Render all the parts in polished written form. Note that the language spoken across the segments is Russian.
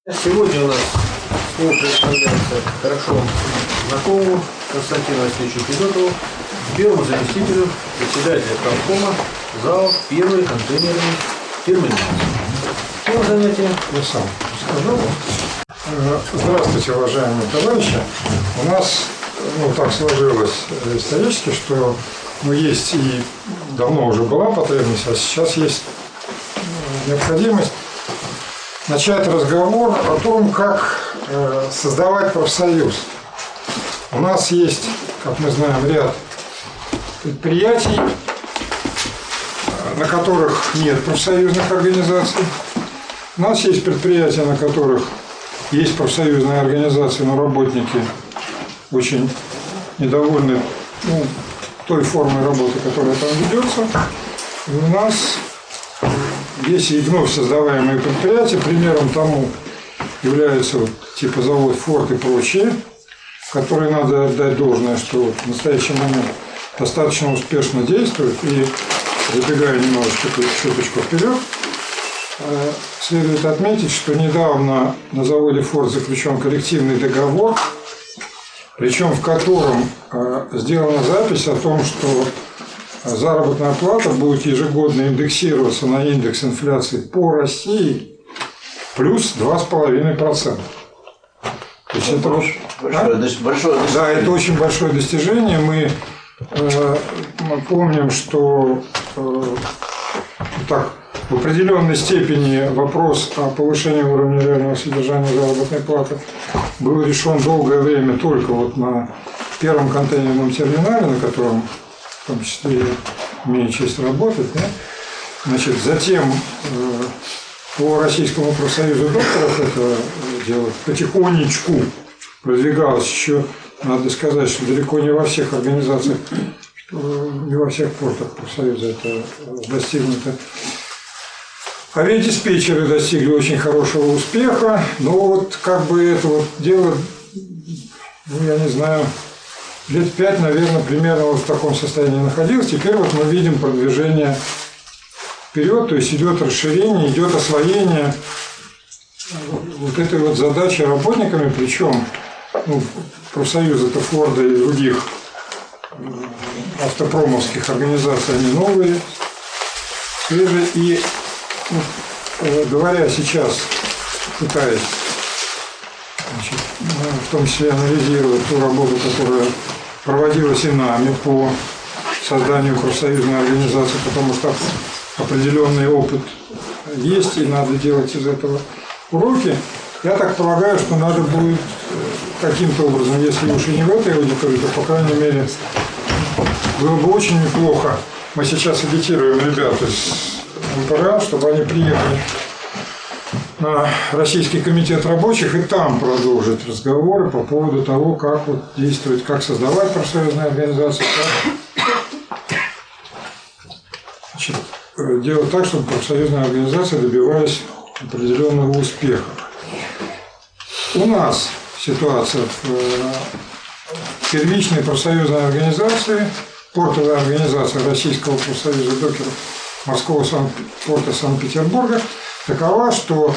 Сегодня у нас слушает представляется хорошо знакомому Константину Васильевичу Федотову, первому заместителю председателя правкома ЗАО «Первый контейнерный терминал». Тема занятия я сам скажу. Здравствуйте, уважаемые товарищи. У нас так сложилось исторически, что есть и давно уже была потребность, а сейчас есть необходимость начать разговор о том, как создавать профсоюз. У нас есть, как мы знаем, ряд предприятий, на которых нет профсоюзных организаций. У нас есть предприятия, на которых есть профсоюзные организации, но работники очень недовольны той формой работы, которая там ведется. И у нас есть и вновь создаваемые предприятия. Примером тому являются типа завод «Форд» и прочие, которые надо отдать должное, что в настоящий момент достаточно успешно действуют. И забегая немножечко чуточку вперед, следует отметить, что недавно на заводе «Форд» заключен коллективный договор, причем в котором сделана запись о том, что заработная плата будет ежегодно индексироваться на индекс инфляции по России плюс 2,5%. То есть это большое достижение. Да, это очень большое достижение. Мы помним, что в определенной степени вопрос о повышении уровня реального содержания заработной платы был решен долгое время только на первом контейнерном терминале, на котором в том числе я имею честь работать. Да? Затем по Российскому профсоюзу докторов это дело потихонечку продвигалось. Еще надо сказать, что далеко не во всех организациях, не во всех портах профсоюза это достигнуто. Авиадиспетчеры достигли очень хорошего успеха, но это дело, я не знаю, лет 5, наверное, примерно в таком состоянии находилось. Теперь мы видим продвижение вперед, то есть идет расширение, идет освоение этой задачи работниками, причем профсоюзы Форда и других автопромовских организаций, они новые, свежие. И говоря сейчас, пытаясь в том числе анализировать ту работу, которая проводилась и нами по созданию профсоюзной организации, потому что определенный опыт есть, и надо делать из этого уроки. Я так полагаю, что надо будет каким-то образом, если уж и не в этой аудитории, то, по крайней мере, было бы очень неплохо. Мы сейчас агитируем ребят из МПРА, чтобы они приехали на Российский комитет рабочих и там продолжить разговоры по поводу того, как действовать, как создавать профсоюзные организации, как делать так, чтобы профсоюзные организации добивались определенного успеха. У нас ситуация в первичной профсоюзной организации, портовой организации Российского профсоюза докеров морского порта Санкт-Петербурга такова, что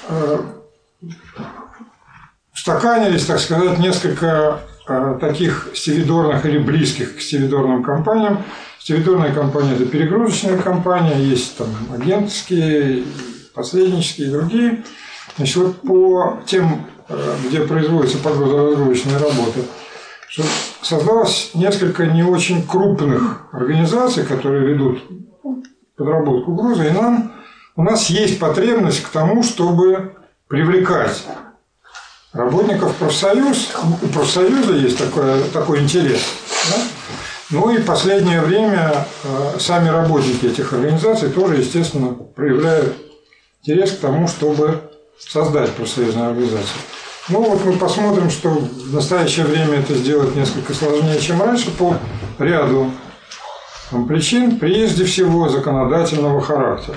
устаканились, так сказать, несколько таких стивидорных или близких к стивидорным компаниям. Стивидорная компания – это перегрузочная компания, есть там агентские, посреднические и другие. По тем, где производятся погрузно-разгрузочные работы, создалось несколько не очень крупных организаций, которые ведут подработку груза, и у нас есть потребность к тому, чтобы привлекать работников в профсоюз. У профсоюза есть такой интерес. Да? И в последнее время сами работники этих организаций тоже, естественно, проявляют интерес к тому, чтобы создать профсоюзную организацию. Мы посмотрим, что в настоящее время это сделать несколько сложнее, чем раньше, по ряду причин, прежде всего законодательного характера.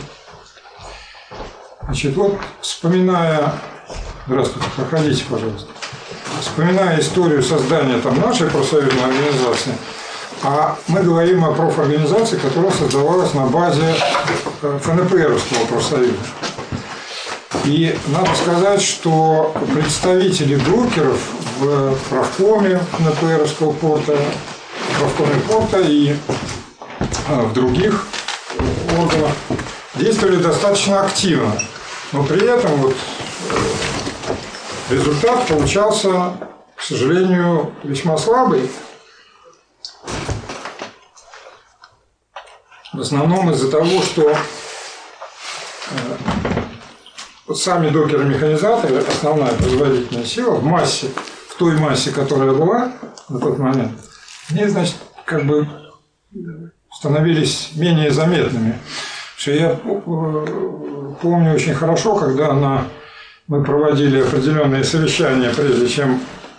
Вспоминая... Здравствуйте, проходите, пожалуйста. Вспоминая историю создания нашей профсоюзной организации, а мы говорим о профорганизации, которая создавалась на базе ФНПРовского профсоюза. И надо сказать, что представители докеров в правкоме НПРовского порта, в правкоме порта и в других органах действовали достаточно активно. Но при этом вот результат получался, к сожалению, весьма слабый. В основном из-за того, что сами докеры-механизаторы, основная производительная сила в массе, в той массе, которая была на тот момент, они, значит, как бы становились менее заметными. Что я помню очень хорошо, когда мы проводили определенные совещания, прежде чем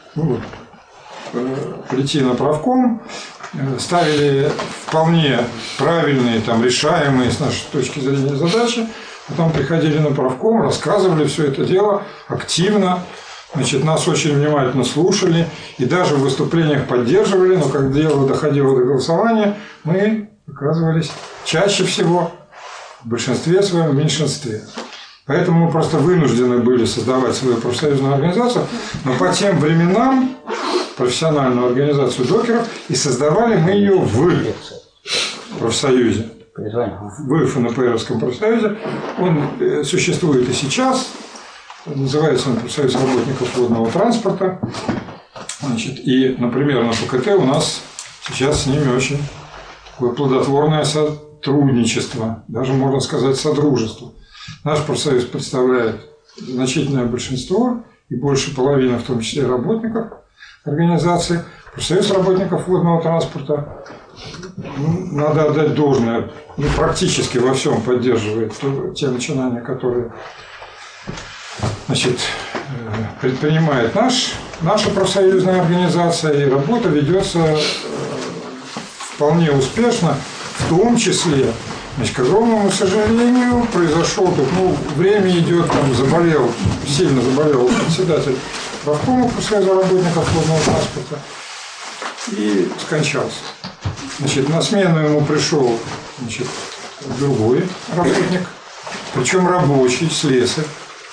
прийти на правком, ставили вполне правильные, там, решаемые с нашей точки зрения задачи, потом приходили на правком, рассказывали все это дело активно, значит, нас очень внимательно слушали и даже в выступлениях поддерживали, но когда дело доходило до голосования, мы оказывались чаще всего в большинстве своем, в меньшинстве. Поэтому мы просто вынуждены были создавать свою профсоюзную организацию, но по тем временам профессиональную организацию докеров, и создавали мы ее в профсоюзе. В ФНПРовском профсоюзе. Он существует и сейчас. Называется он профсоюз работников водного транспорта. Значит, и, например, на ПКТ у нас сейчас с ними очень плодотворное сотрудничество, даже можно сказать содружество. Наш профсоюз представляет значительное большинство и больше половины, в том числе работников организации. Профсоюз работников водного транспорта, надо отдать должное, практически во всем поддерживает те начинания, которые, значит, предпринимает наша профсоюзная организация, и работа ведется вполне успешно, в том числе, значит, к огромному сожалению, произошел тут, время идет, там сильно заболел председатель правкома профсоюза работников водного транспорта и скончался. Значит, на смену ему пришел, значит, другой работник, причем рабочий, слесарь.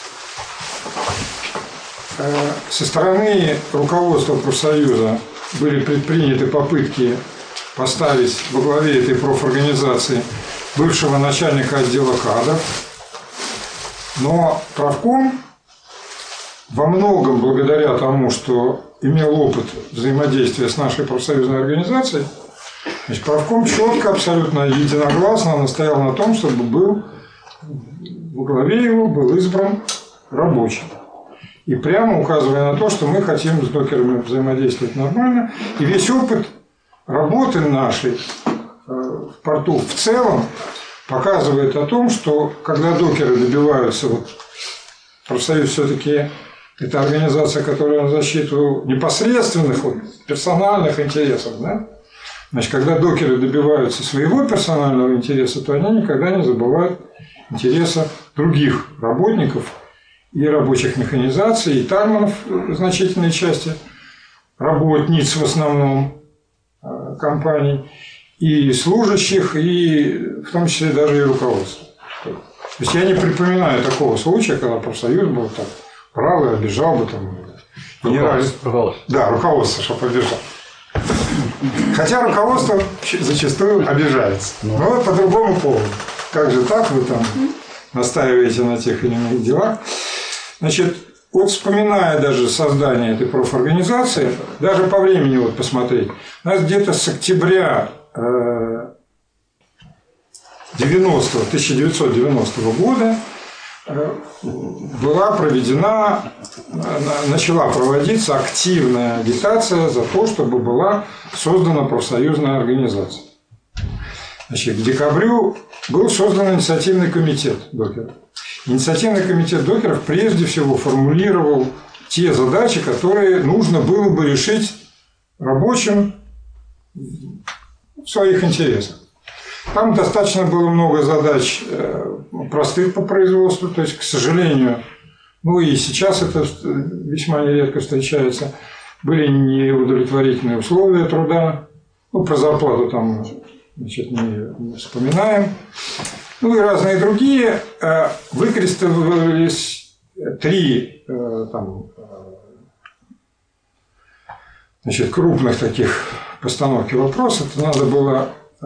Со стороны руководства профсоюза были предприняты попытки поставить во главе этой профорганизации бывшего начальника отдела кадров, но правком во многом благодаря тому, что имел опыт взаимодействия с нашей профсоюзной организацией, значит, правком четко, абсолютно единогласно настоял на том, чтобы во главе его был избран рабочий. И прямо указывая на то, что мы хотим с докерами взаимодействовать нормально. И весь опыт работы нашей в порту в целом показывает о том, что когда докеры добиваются, профсоюз все-таки это организация, которая на защиту непосредственных персональных интересов, да? Значит, когда докеры добиваются своего персонального интереса, то они никогда не забывают интереса других работников и рабочих механизаций, и тагманов в значительной части, работниц в основном компаний, и служащих, и в том числе даже и руководства. То есть я не припоминаю такого случая, когда профсоюз был так правый, обижал бы там руководство. Да, руководство, чтобы обижал. Хотя руководство зачастую обижается. Но по другому поводу. Как же так вы там настаиваете на тех или иных делах? Значит, вспоминая даже создание этой профорганизации, даже по времени посмотреть, у нас где-то с октября 1990 года начала проводиться активная агитация за то, чтобы была создана профсоюзная организация. Значит, к декабрю был создан инициативный комитет докеров. Инициативный комитет докеров прежде всего формулировал те задачи, которые нужно было бы решить рабочим в своих интересах. Там достаточно было много задач простых по производству, то есть, к сожалению, и сейчас это весьма нередко встречается, были неудовлетворительные условия труда, про зарплату там, значит, не вспоминаем, и разные другие. Выкристаллизовались 3 крупных таких постановки вопросов. Это надо было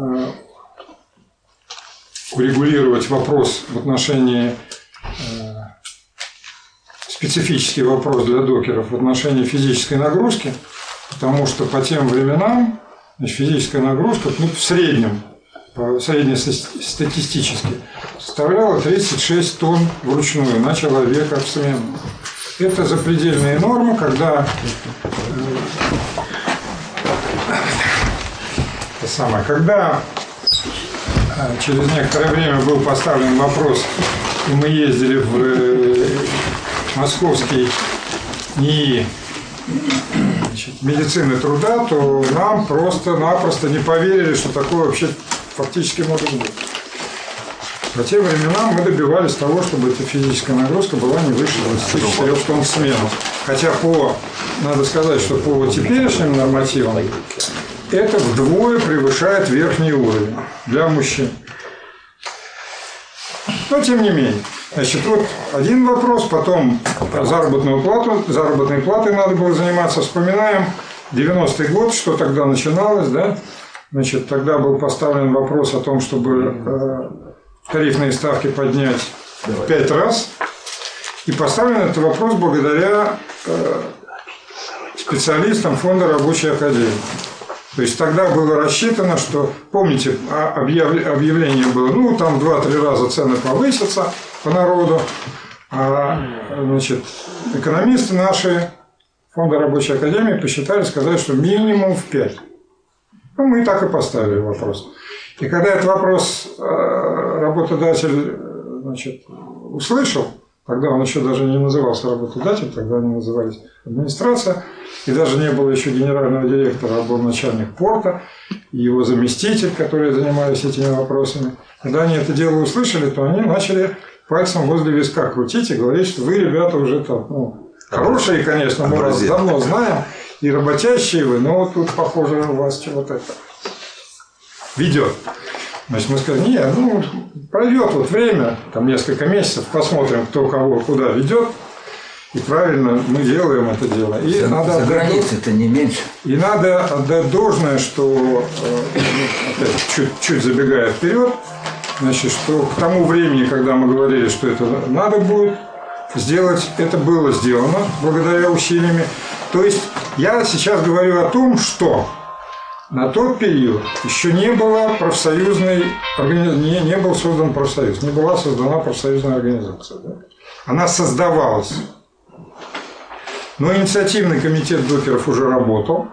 урегулировать вопрос в отношении, специфический вопрос для докеров в отношении физической нагрузки, потому что по тем временам физическая нагрузка в среднем, среднестатистически, составляла 36 тонн вручную на человека в смену. Это запредельные нормы, когда через некоторое время был поставлен вопрос, и мы ездили в московский НИИ медицины труда, то нам просто-напросто не поверили, что такое вообще фактически может быть. По тем временам мы добивались того, чтобы эта физическая нагрузка была не выше 24 тонн в смену. Хотя надо сказать, что по теперешним нормативам это вдвое превышает верхний уровень для мужчин. Но тем не менее. Значит, вот один вопрос, потом заработной платой надо было заниматься. Вспоминаем 90-й год, что тогда начиналось, да? Значит, тогда был поставлен вопрос о том, чтобы тарифные ставки поднять в 5 раз. И поставлен этот вопрос благодаря специалистам Фонда рабочей академии. То есть тогда было рассчитано, что, помните, объявление было, там 2-3 раза цены повысятся по народу, экономисты наши Фонда рабочей академии посчитали, сказали, что минимум в 5. Мы так и поставили вопрос. И когда этот вопрос работодатель услышал, тогда он еще даже не назывался работодатель, тогда они назывались администрация, и даже не было еще генерального директора, а был начальник порта, и его заместитель, которые занимались этими вопросами. Когда они это дело услышали, то они начали пальцем возле виска крутить и говорить, что вы, ребята, уже там, хорошие, конечно, мы вас давно знаем, и работящие вы, но вот тут, похоже, у вас чего-то это ведет. Значит, мы сказали, пройдет время, там несколько месяцев, посмотрим, кто кого куда ведет, и правильно мы делаем это дело. И за границей-то не меньше. И надо отдать должное, что, опять чуть забегая вперед, значит, что к тому времени, когда мы говорили, что это надо будет сделать, это было сделано благодаря усилиями. То есть я сейчас говорю о том, что на тот период еще не было не был создан профсоюз, не была создана профсоюзная организация. Да? Она создавалась. Но инициативный комитет докеров уже работал.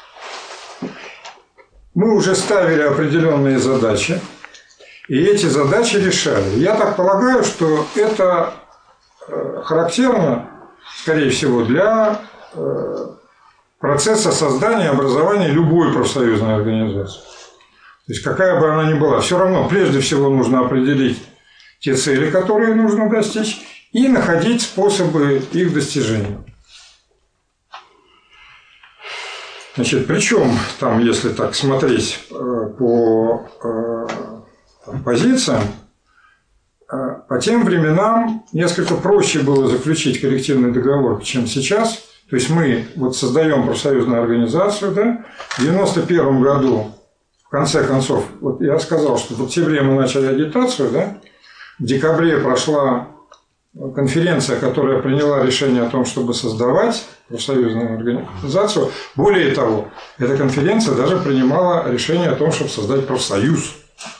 Мы уже ставили определенные задачи, и эти задачи решали. Я так полагаю, что это характерно, скорее всего, для процесса создания и образования любой профсоюзной организации. То есть, какая бы она ни была, все равно, прежде всего, нужно определить те цели, которые нужно достичь, и находить способы их достижения. Значит, причем, там, если так смотреть по позициям, по тем временам несколько проще было заключить коллективный договор, чем сейчас. То есть мы создаем профсоюзную организацию, да? В 1991 году, в конце концов, я сказал, что в октябре мы начали агитацию, да? В декабре прошла конференция, которая приняла решение о том, чтобы создавать профсоюзную организацию. Более того, эта конференция даже принимала решение о том, чтобы создать профсоюз.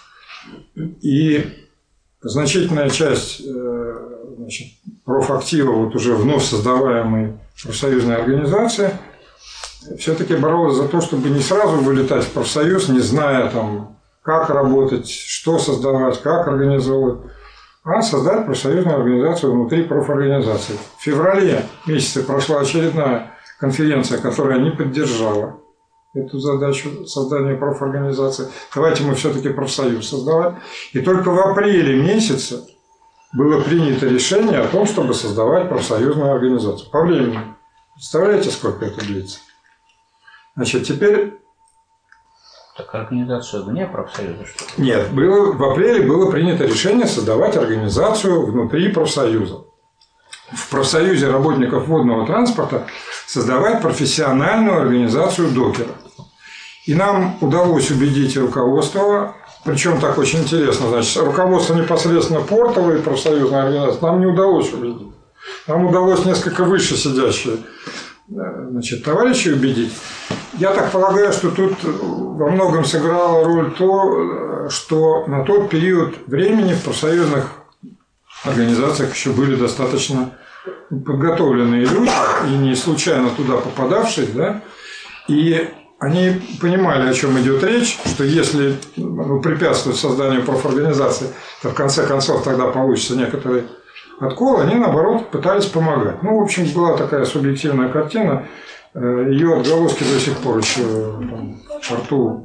И значительная часть профактива уже вновь создаваемой профсоюзной организации все-таки боролась за то, чтобы не сразу вылетать в профсоюз, не зная, как работать, что создавать, как организовывать, а создать профсоюзную организацию внутри профорганизации. В феврале месяце прошла очередная конференция, которая не поддержала эту задачу создания профорганизации. Давайте мы все-таки профсоюз создавать. И только в апреле месяце было принято решение о том, чтобы создавать профсоюзную организацию. По времени. Представляете, сколько это длится? Значит, теперь... Так организация вне профсоюза, что ли? Нет, в апреле было принято решение создавать организацию внутри профсоюза. в профсоюзе работников водного транспорта создавать профессиональную организацию докеров. И нам удалось убедить руководство, причем так очень интересно, значит, руководство непосредственно портовой профсоюзной организации нам не удалось убедить. Нам удалось несколько выше сидящие, значит, товарищей убедить. Я так полагаю, что тут во многом сыграла роль то, что на тот период времени в профсоюзных организациях еще были достаточно подготовленные люди, и не случайно туда попадавшие, да, и они понимали, о чем идет речь, что если препятствовать созданию профорганизации, то в конце концов тогда получится некоторый откол, они, наоборот, пытались помогать. Ну, в общем, была такая субъективная картина, ее отголоски до сих пор еще там, в порту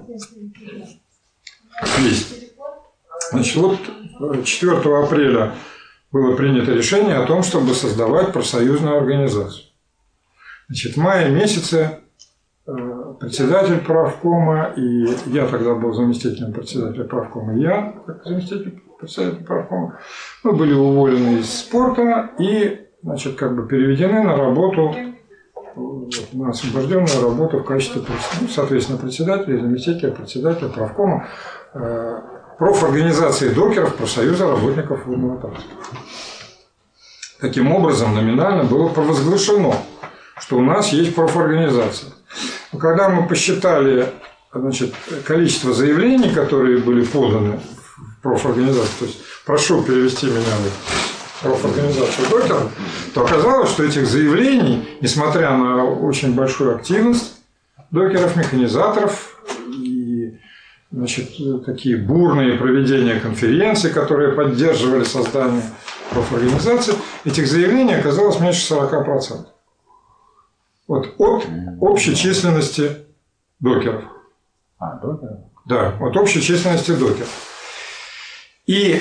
есть. Значит, вот 4 апреля было принято решение о том, чтобы создавать профсоюзную организацию. Значит, в мае месяце председатель правкома, и я тогда был заместителем председателя правкома, и я, как заместитель председателя правкома, мы были уволены из спорта и, значит, как бы переведены на работу, на освобожденную работу в качестве, соответственно, председателя и заместителя председателя правкома профорганизации докеров профсоюза работников водного транспорта. Таким образом, номинально было провозглашено, что у нас есть профорганизация. Но когда мы посчитали, значит, количество заявлений, которые были поданы в профорганизацию, то есть прошу перевести меня в профорганизацию докеров, то оказалось, что этих заявлений, несмотря на очень большую активность докеров, механизаторов и, значит, такие бурные проведения конференций, которые поддерживали создание профорганизации, этих заявлений оказалось меньше 40%. Вот, от общей численности докеров. Докеров? Да, от общей численности докеров. И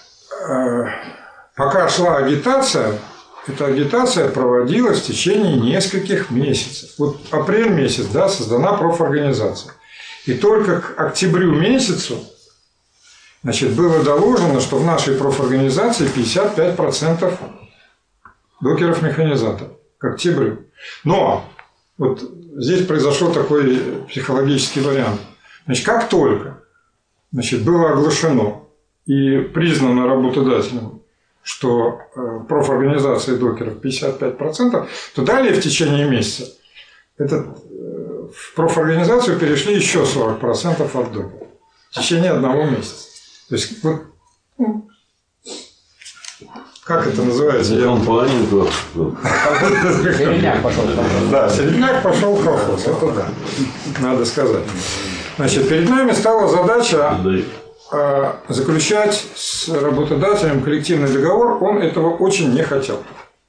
пока шла агитация, эта агитация проводилась в течение нескольких месяцев. Вот апрель месяц, да, создана профорганизация. И только к октябрю месяцу, значит, было доложено, что в нашей профорганизации 55% докеров-механизаторов. К октябрю. Но вот здесь произошел такой психологический вариант. Значит, как только, значит, было оглашено и признано работодателем, что профорганизации докеров 55%, то далее в течение месяца в профорганизацию перешли еще 40% от докеров. В течение одного месяца. То есть, вот, как это называется? Середняк пошел в колхоз. Да, середняк пошел в колхоз. Это да. Надо сказать. Значит, перед нами стала задача заключать с работодателем коллективный договор. Он этого очень не хотел.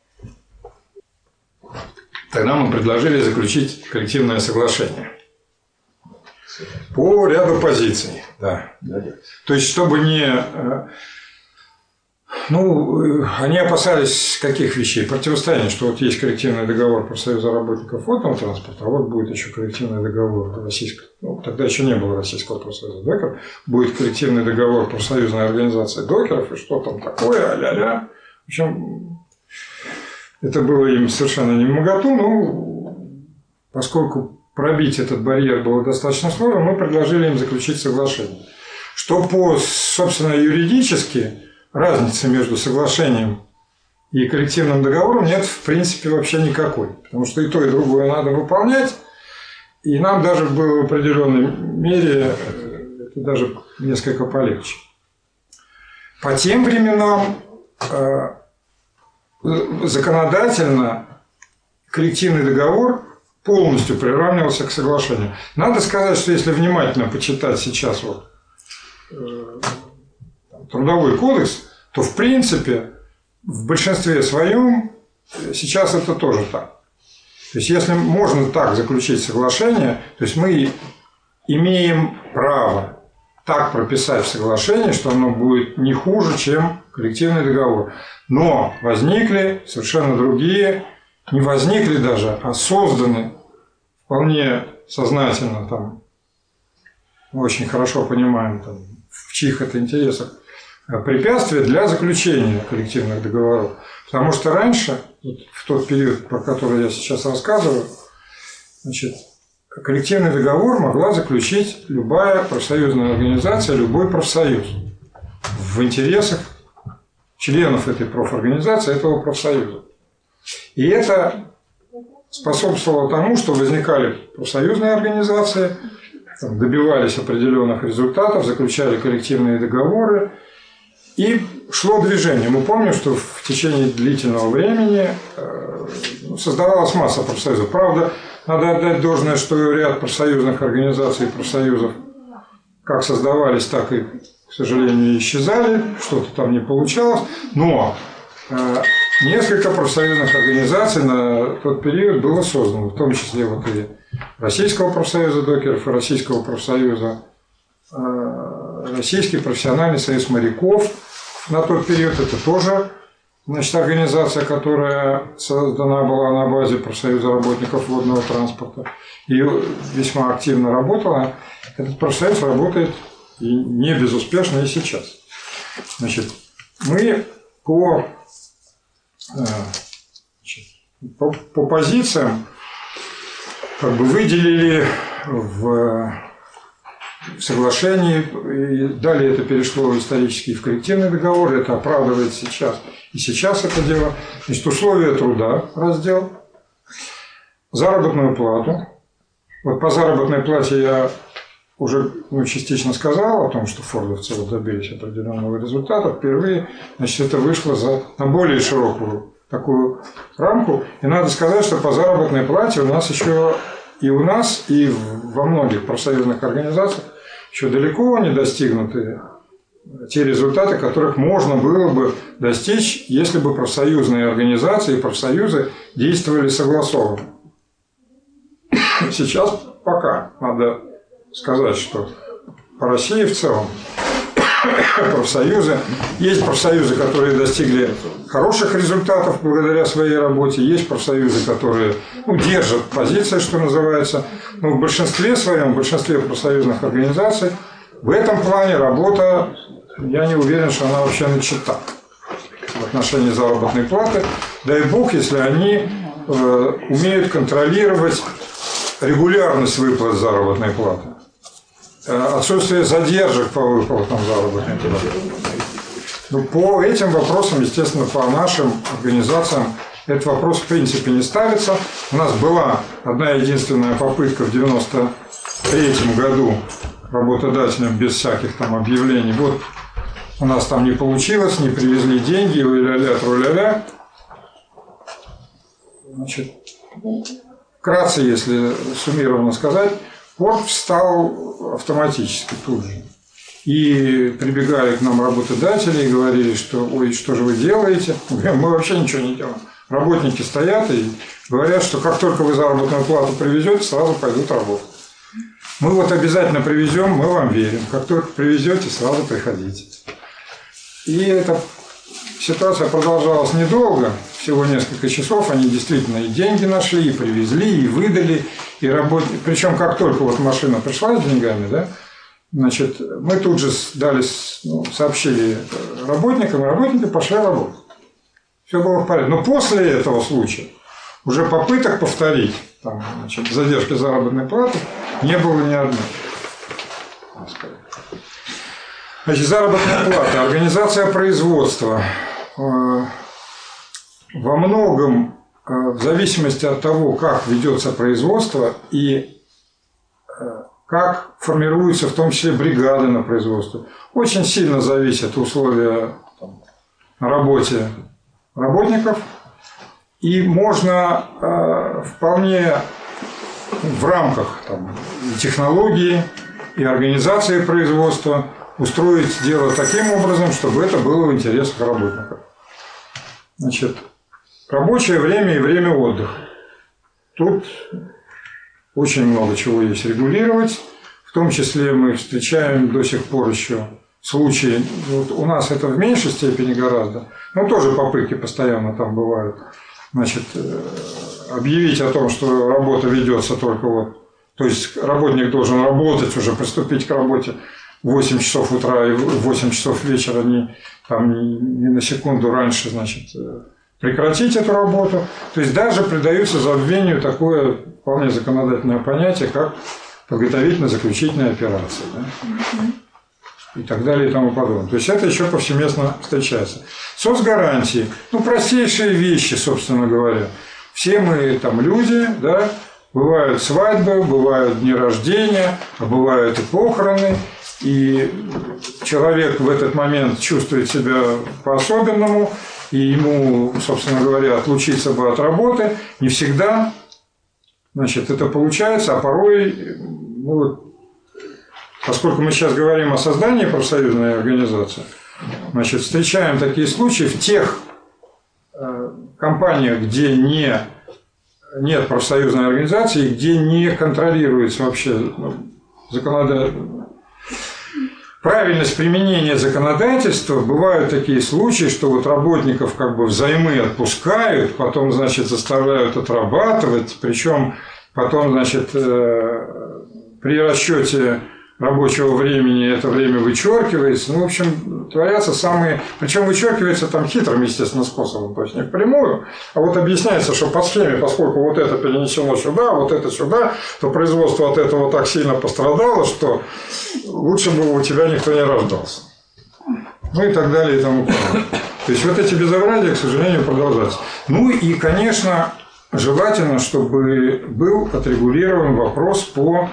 Тогда мы предложили заключить коллективное соглашение. По ряду позиций. Да. То есть, чтобы не... Ну, они опасались каких вещей? Противостояния, что вот есть коллективный договор профсоюза работников водного транспорта, а вот будет еще коллективный договор российского, ну, тогда еще не было российского профсоюза докеров, будет коллективный договор профсоюзной организации докеров, и что там такое, а-ля-ля. В общем, это было им совершенно не вмоготу, но поскольку пробить этот барьер было достаточно сложно, мы предложили им заключить соглашение. Что собственно, юридически разницы между соглашением и коллективным договором нет, в принципе, вообще никакой. Потому что и то, и другое надо выполнять. И нам даже было в определенной мере это даже несколько полегче. По тем временам законодательно коллективный договор полностью приравнивался к соглашению. Надо сказать, что если внимательно почитать сейчас вот Трудовой кодекс, то в принципе в большинстве своем сейчас это тоже так. То есть, если можно так заключить соглашение, то есть мы имеем право так прописать в соглашении, что оно будет не хуже, чем коллективный договор. Но возникли совершенно другие, не возникли даже, а созданы вполне сознательно, там, мы очень хорошо понимаем, там, в чьих это интересах препятствия для заключения коллективных договоров. Потому что раньше, вот в тот период, про который я сейчас рассказываю, значит, коллективный договор могла заключить любая профсоюзная организация, любой профсоюз в интересах членов этой профорганизации, этого профсоюза. И это способствовало тому, что возникали профсоюзные организации, добивались определенных результатов, заключали коллективные договоры, и шло движение. Мы помним, что в течение длительного времени создавалась масса профсоюзов. Правда, надо отдать должное, что ряд профсоюзных организаций и профсоюзов как создавались, так и, к сожалению, исчезали, что-то там не получалось. Но несколько профсоюзных организаций на тот период было создано, в том числе вот и Российского профсоюза докеров, и Российского профсоюза, Российский профессиональный союз моряков на тот период. Это тоже, значит, организация, которая создана была на базе профсоюза работников водного транспорта и весьма активно работала. Этот профсоюз работает и не безуспешно и сейчас. Значит, мы по позициям как бы выделили в соглашении, и далее это перешло исторически в коллективный договор, это оправдывает сейчас. И сейчас это дело. Значит, условия труда, раздел, заработную плату. Вот по заработной плате я уже частично сказал о том, что фордовцы добились определенного результата. Впервые, значит, это вышло на более широкую такую рамку. И надо сказать, что по заработной плате у нас, и во многих профсоюзных организациях еще далеко не достигнуты те результаты, которых можно было бы достичь, если бы профсоюзные организации и профсоюзы действовали согласованно. Сейчас пока надо сказать, что по России в целом профсоюзы, есть профсоюзы, которые достигли хороших результатов благодаря своей работе, есть профсоюзы, которые держат позиции, что называется, но в большинстве своем, в большинстве профсоюзных организаций в этом плане работа, я не уверен, что она вообще начата в отношении заработной платы. Дай бог, если они умеют контролировать регулярность выплат заработной платы, отсутствие задержек по выплатам заработной платы. Но по этим вопросам, естественно, по нашим организациям этот вопрос в принципе не ставится. У нас была одна единственная попытка в 1993 году работодателям без всяких там объявлений. Вот у нас там не получилось, не привезли деньги, ля-ля-ля, тру-ля-ля. Значит, вкратце, если суммированно сказать, порт встал автоматически тут же. И прибегали к нам работодатели и говорили, что ой, что же вы делаете? Мы говорим, мы вообще ничего не делаем. Работники стоят и говорят, что как только вы заработную плату привезете, сразу пойдут работать. Мы вот обязательно привезем, мы вам верим. Как только привезете, сразу приходите. И эта ситуация продолжалась недолго, всего несколько часов. Они действительно и деньги нашли, и привезли, и выдали, и работали. Причем как только вот машина пришла с деньгами, да, значит, мы тут же сообщили работникам, и работники пошли работать. Все было в порядке. Но после этого случая уже попыток повторить там, значит, задержки заработной платы не было ни одной. Значит, заработная плата, организация производства. Во многом, в зависимости от того, как ведется производство и как формируются в том числе бригады на производстве, очень сильно зависят условия на работе работников. И можно вполне в рамках и технологии и организации производства устроить дело таким образом, чтобы это было в интересах работников. Значит, рабочее время и время отдыха. Тут очень много чего есть регулировать. В том числе мы встречаем до сих пор еще случаи, вот у нас это в меньшей степени гораздо, но тоже попытки постоянно там бывают. Значит, объявить о том, что работа ведется только вот, то есть работник должен работать, уже приступить к работе в 8 часов утра и в 8 часов вечера ни на секунду раньше, значит, прекратить эту работу. То есть даже придается забвению такое вполне законодательное понятие, как подготовительно-заключительная операция. Да? И так далее и тому подобное. То есть это еще повсеместно встречается. Соцгарантии. Простейшие вещи, собственно говоря. Все мы там люди, да, бывают свадьбы, бывают дни рождения, а бывают и похороны. И человек в этот момент чувствует себя по-особенному, и ему, собственно говоря, отлучиться бы от работы не всегда, значит, это получается, а порой, поскольку мы сейчас говорим о создании профсоюзной организации, значит, встречаем такие случаи в тех компаниях, где нет профсоюзной организации, где не контролируется вообще правильность применения законодательства. Бывают такие случаи, что вот работников как бы взаймы отпускают, потом, значит, заставляют отрабатывать, причем потом, значит, при расчете рабочего времени это время вычеркивается. В общем, творятся самые... Причем вычеркивается там хитрым, естественно, способом, то есть не впрямую, а вот объясняется, что по схеме, поскольку вот это перенесено сюда, вот это сюда, то производство от этого так сильно пострадало, что лучше бы у тебя никто не рождался. И так далее и тому подобное. То есть вот эти безобразия, к сожалению, продолжаются. И, конечно, желательно, чтобы был отрегулирован вопрос по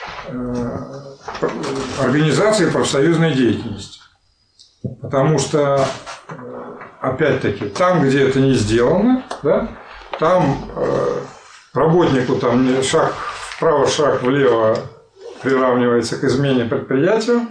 организации профсоюзной деятельности. Потому что, опять-таки, там, где это не сделано, да, там работнику шаг вправо, шаг влево приравнивается к измене предприятию,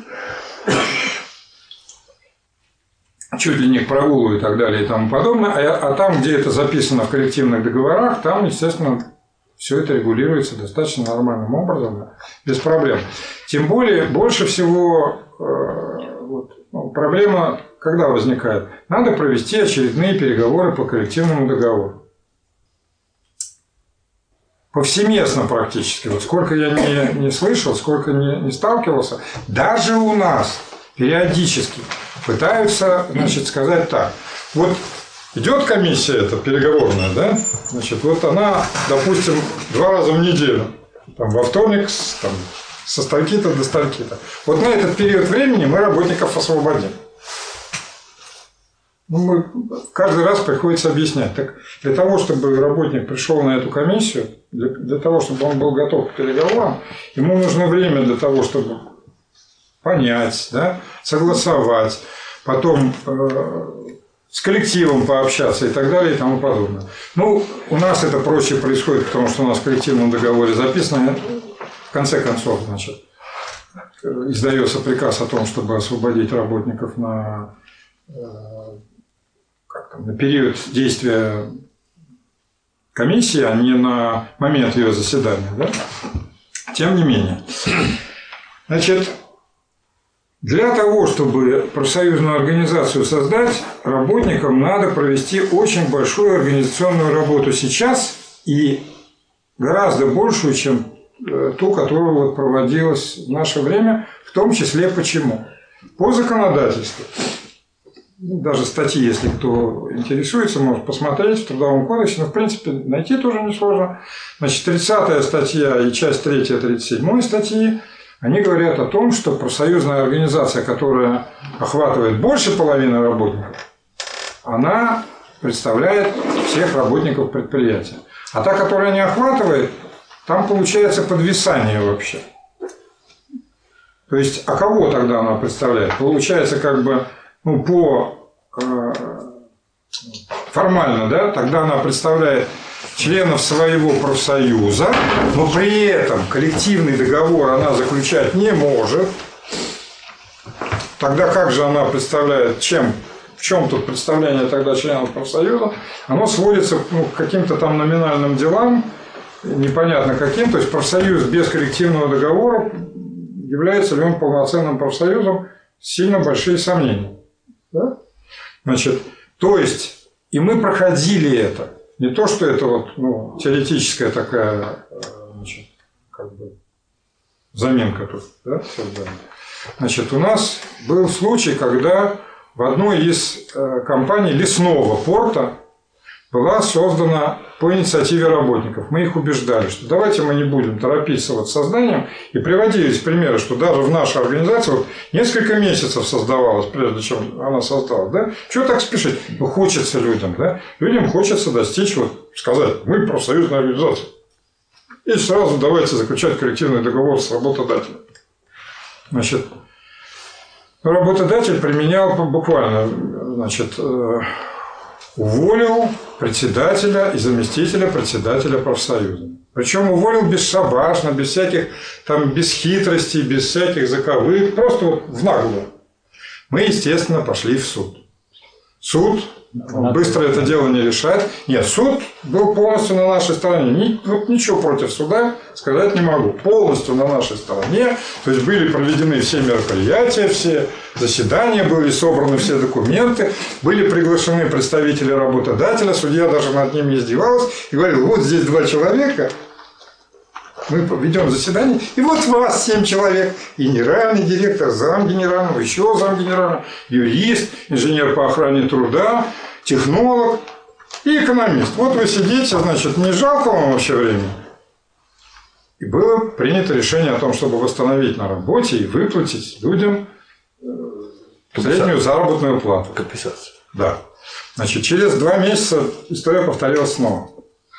чуть ли не к прогулу и так далее и тому подобное. А там, где это записано в коллективных договорах, там, естественно, все это регулируется достаточно нормальным образом, без проблем. Тем более, больше всего проблема, когда возникает? Надо провести очередные переговоры по коллективному договору. Повсеместно практически. Вот сколько я не слышал, сколько не сталкивался, даже у нас периодически пытаются, значит, сказать так. Вот идет комиссия эта переговорная, да? Значит, вот она, допустим, 2 раза в неделю, там, во вторник, там, со стольки-то до стольки-то. Вот на этот период времени мы работников освободим. Мы каждый раз приходится объяснять. Так для того, чтобы работник пришел на эту комиссию, для того, чтобы он был готов к переговорам, ему нужно время для того, чтобы понять, да, согласовать, потом с коллективом пообщаться и так далее и тому подобное. У нас это проще происходит, потому что у нас в коллективном договоре записано, в конце концов, значит, издается приказ о том, чтобы освободить работников на период действия комиссии, а не на момент ее заседания. Да? Тем не менее. Значит, для того, чтобы профсоюзную организацию создать, работникам надо провести очень большую организационную работу сейчас и гораздо большую, чем ту, которая вот проводилась в наше время, в том числе почему? По законодательству. Даже статьи, если кто интересуется, может посмотреть в Трудовом кодексе, но в принципе найти тоже несложно. Значит, 30-я статья и часть 3 37-й статьи, они говорят о том, что профсоюзная организация, которая охватывает больше половины работников, она представляет всех работников предприятия. А та, которая не охватывает, там получается подвисание вообще. То есть, а кого тогда она представляет? Получается, как бы, формально, да, тогда она представляет членов своего профсоюза, но при этом коллективный договор она заключать не может. Тогда как же она представляет, в чем тут представление тогда членов профсоюза? Оно сводится к каким-то там номинальным делам, непонятно каким. То есть профсоюз без коллективного договора, является ли он полноценным профсоюзом, сильно большие сомнения. Да? Значит, то есть, и мы проходили это. Не то, что это вот, теоретическая такая, значит, как бы заминка тут, да, создана. Значит, у нас был случай, когда в одной из компаний лесного порта была создана по инициативе работников. Мы их убеждали, что давайте мы не будем торопиться вот с созданием. И приводились примеры, что даже в нашей организации вот несколько месяцев создавалось, прежде чем она создалась. Да? Чего так спешить? Ну, хочется людям. Да? Людям хочется достичь, вот, сказать, мы профсоюзная организация. И сразу давайте заключать коллективный договор с работодателем. Значит, работодатель применял буквально, значит, уволил председателя и заместителя председателя профсоюза. Причем уволил бесшабашно, без всяких там, без хитростей, без всяких заковык, просто вот в наглую. Мы, естественно, пошли в суд. Суд быстро это дело не решает. Нет, суд был полностью на нашей стороне. Вот ничего против суда сказать не могу. Полностью на нашей стороне. То есть были проведены все мероприятия, все заседания, были собраны все документы, были приглашены представители работодателя. Судья даже над ним издевалась и говорил: вот здесь 2 человека. Мы ведем заседание, и вот вас 7 человек. Генеральный директор, замгенерального, еще замгенерального, юрист, инженер по охране труда, технолог и экономист. Вот вы сидите, значит, не жалко вам вообще времени? И было принято решение о том, чтобы восстановить на работе и выплатить людям среднюю заработную плату. Компенсация. Да. Значит, через 2 месяца история повторилась снова.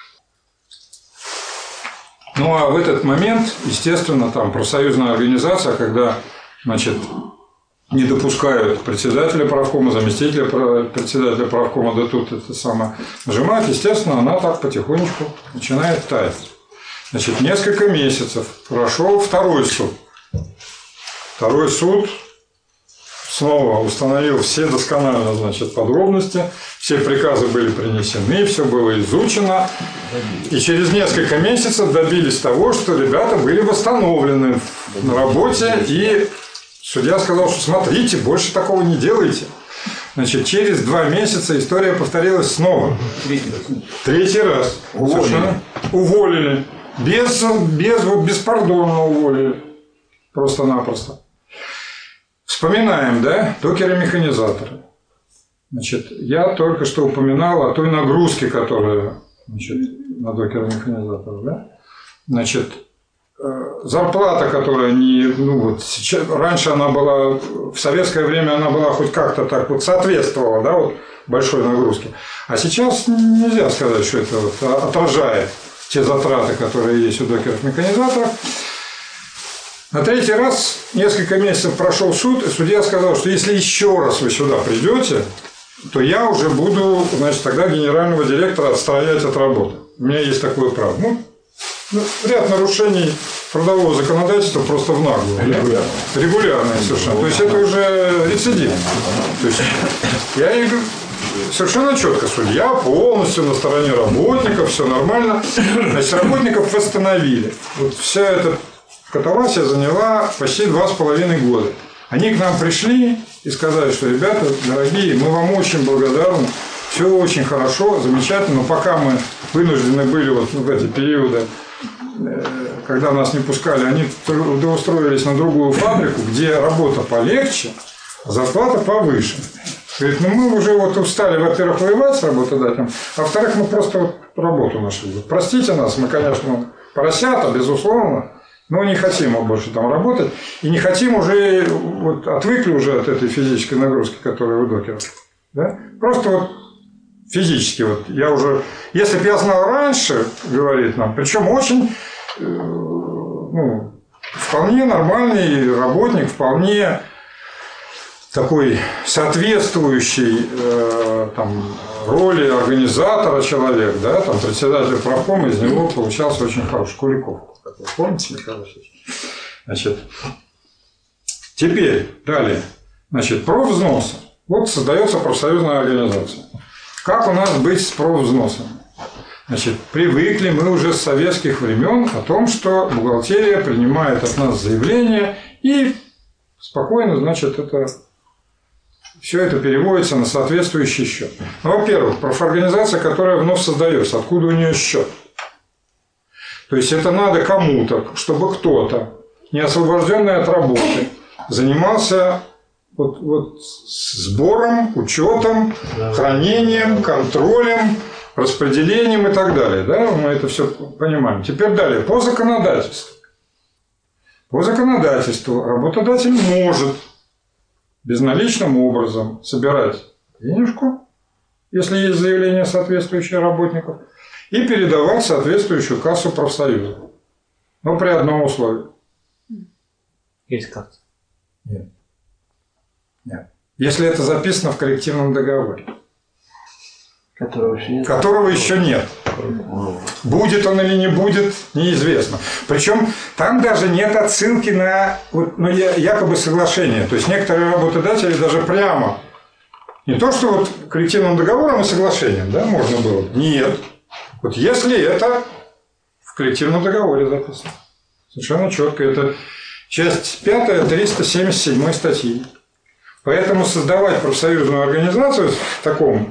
Ну, а в этот момент, естественно, там профсоюзная организация, когда, значит, не допускают председателя правкома, заместителя председателя правкома, да тут это самое нажимает, естественно, она так потихонечку начинает таять. Значит, несколько месяцев прошел 2-й суд. 2-й суд снова установил все досконально, значит, подробности, все приказы были принесены, все было изучено. И через несколько месяцев добились того, что ребята были восстановлены на работе. И судья сказал, что смотрите, больше такого не делайте. Значит, через 2 месяца история повторилась снова. 3-й раз. Уволили. Беспардонно уволили. Просто-напросто. Вспоминаем, да, докеры-механизаторы. Значит, я только что упоминал о той нагрузке, которая, значит, на докеры-механизаторах, да? Значит, зарплата, которая не, ну вот сейчас, раньше она была, в советское время она была хоть как-то так вот соответствовала, да, вот большой нагрузке. А сейчас нельзя сказать, что это вот отражает те затраты, которые есть у докеров-механизаторов. На 3-й раз, несколько месяцев прошел суд, и судья сказал, что если еще раз вы сюда придете, то я уже буду, значит, тогда генерального директора отстранять от работы. У меня есть такое право. Ну, ряд нарушений трудового законодательства просто в наглую. Регулярные совершенно. То есть это уже рецидив. То есть я и совершенно четко, судья полностью на стороне работников, все нормально. Значит, работников восстановили. Вот вся эта катавасия заняла почти 2,5 года. Они к нам пришли и сказали, что, ребята, дорогие, мы вам очень благодарны, все очень хорошо, замечательно, но пока мы вынуждены были вот в эти периоды, когда нас не пускали, они устроились на другую фабрику, где работа полегче, а зарплата повыше. Говорит, ну мы уже вот устали, во-первых, воевать с работодателем, а во-вторых, мы просто вот работу нашли. Простите нас, мы, конечно, поросята, безусловно, но не хотим больше там работать. И не хотим уже, вот, отвыкли уже от этой физической нагрузки, которая у докеров. Да? Просто вот физически. Вот, я уже, если бы я знал раньше, говорит нам, причем очень, ну, вполне нормальный работник, вполне такой соответствующий там, роли организатора человек, да, там, председатель правкома, из него получался очень хороший. Куликов. Вы помните, Михаил Васильевич? Значит, теперь, далее. Значит, профвзносы. Вот создается профсоюзная организация. Как у нас быть с профвзносами? Значит, привыкли мы уже с советских времен о том, что бухгалтерия принимает от нас заявление и спокойно, значит, все это переводится на соответствующий счет. Ну, во-первых, профорганизация, которая вновь создается, откуда у нее счет? То есть это надо кому-то, чтобы кто-то, не освобожденный от работы, занимался вот сбором, учетом, хранением, контролем, распределением и так далее. Да? Мы это все понимаем. Теперь далее. По законодательству. По законодательству работодатель может безналичным образом собирать денежку, если есть заявление соответствующих работников, и передавать в соответствующую кассу профсоюза. Но при одном условии. Есть как-то. Нет. Нет. Если это записано в коллективном договоре. Которого еще нет. Будет он или не будет, неизвестно. Причем там даже нет отсылки на якобы соглашение. То есть некоторые работодатели даже прямо, не то что вот коллективным договором и соглашением, да, можно было. Нет. Вот если это в коллективном договоре записано. Совершенно четко. Это часть 5 377 статьи. Поэтому создавать профсоюзную организацию в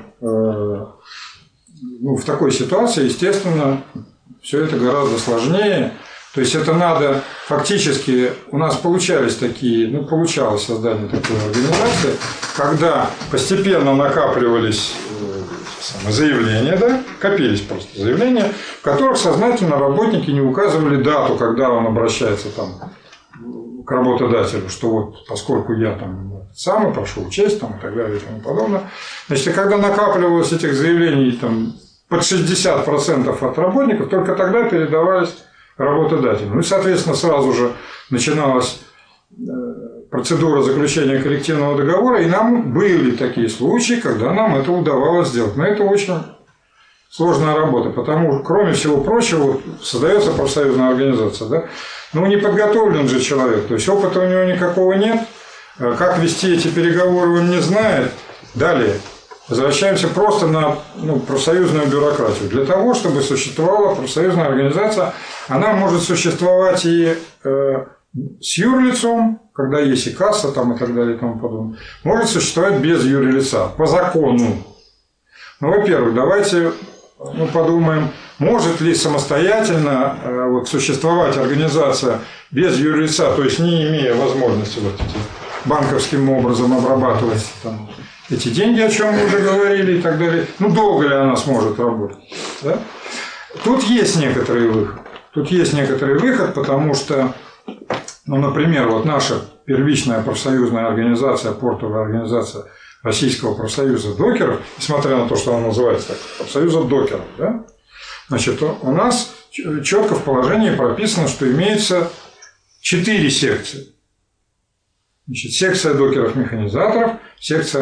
такой ситуации, естественно, все это гораздо сложнее. То есть это надо фактически, у нас получалось создание такой организации, когда постепенно накапливались заявления, да, копились просто заявления, в которых сознательно работники не указывали дату, когда он обращается там к работодателю, что вот поскольку я там сам прошу учесть там, и так далее и тому подобное. Значит, и когда накапливалось этих заявлений там, под 60% от работников, только тогда передавались работодателю. Ну и, соответственно, сразу же начиналась процедура заключения коллективного договора, и нам были такие случаи, когда нам это удавалось сделать. Но это очень сложная работа, потому что, кроме всего прочего, создается профсоюзная организация. Да? Ну, не подготовлен же человек, то есть опыта у него никакого нет, как вести эти переговоры он не знает. Далее, возвращаемся просто на профсоюзную бюрократию. Для того, чтобы существовала профсоюзная организация, она может существовать и с юрлицом, когда есть и касса там, и так далее и тому подобное, может существовать без юрлица, по закону. Ну, во-первых, давайте подумаем, может ли самостоятельно существовать организация без юрлица, то есть не имея возможности банковским образом обрабатывать там, эти деньги, о чем мы уже говорили и так далее. Ну, долго ли она сможет работать? Да? Тут есть некоторый выход. Потому что, например, вот наша первичная профсоюзная организация, портовая организация Российского профсоюза докеров, несмотря на то, что она называется так, профсоюза докеров, да? Значит, у нас четко в положении прописано, что имеется 4 секции. Значит, секция докеров-механизаторов, секция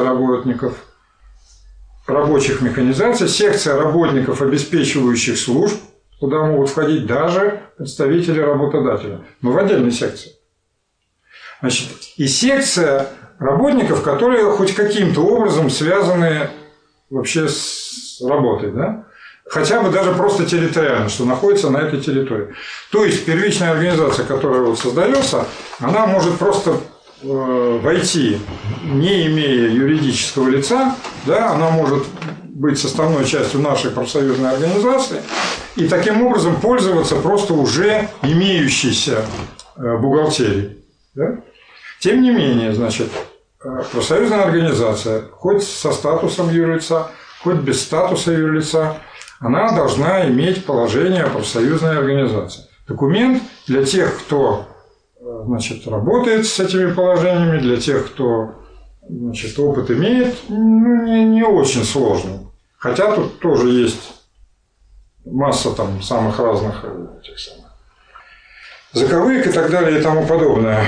рабочих механизаций, секция работников, обеспечивающих служб, куда могут входить даже представители работодателя, но в отдельной секции. Значит, и секция работников, которые хоть каким-то образом связаны вообще с работой, да? Хотя бы даже просто территориально, что находится на этой территории. То есть первичная организация, которая создается, она может просто войти, не имея юридического лица, да, она может быть составной частью нашей профсоюзной организации и таким образом пользоваться просто уже имеющейся бухгалтерией. Да? Тем не менее, значит, профсоюзная организация, хоть со статусом юрлица, хоть без статуса юрлица, она должна иметь положение профсоюзной организации. Документ для тех, кто работает с этими положениями, для тех, кто опыт имеет, не очень сложный. Хотя тут тоже есть масса там самых разных заковык и так далее и тому подобное.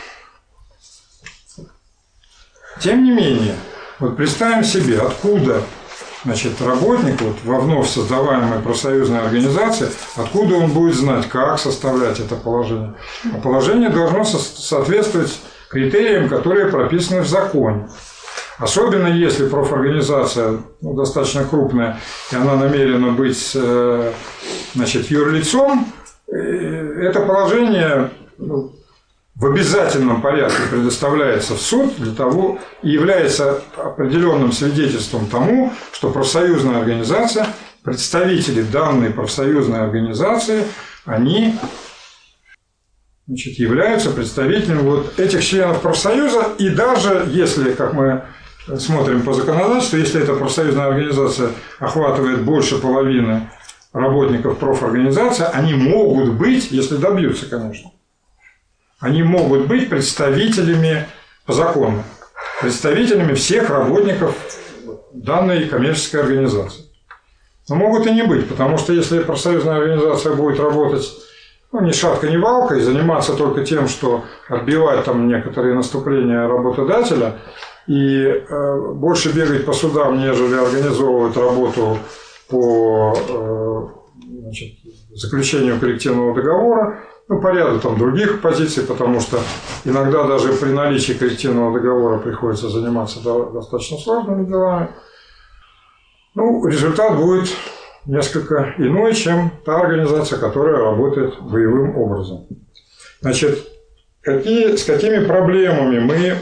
Тем не менее, представим себе, откуда работник во вновь создаваемой профсоюзной организации, откуда он будет знать, как составлять это положение. А положение должно соответствовать критериям, которые прописаны в законе. Особенно если профорганизация достаточно крупная, и она намерена быть юрлицом, это положение в обязательном порядке предоставляется в суд для того и является определенным свидетельством тому, что профсоюзная организация, представители данной профсоюзной организации, они значит, являются представителями вот этих членов профсоюза. И даже если, как мы смотрим по законодательству, если эта профсоюзная организация охватывает больше половины работников профорганизации, они могут быть, если добьются, конечно, они могут быть представителями по закону, представителями всех работников данной коммерческой организации. Но могут и не быть, потому что если профсоюзная организация будет работать ни шатка, ни валка и заниматься только тем, что отбивать там некоторые наступления работодателя и больше бегать по судам, нежели организовывать работу по значит, заключению коллективного договора, по ряду там других позиций, потому что иногда даже при наличии коллективного договора приходится заниматься достаточно сложными делами, результат будет несколько иной, чем та организация, которая работает боевым образом. Значит, с какими проблемами мы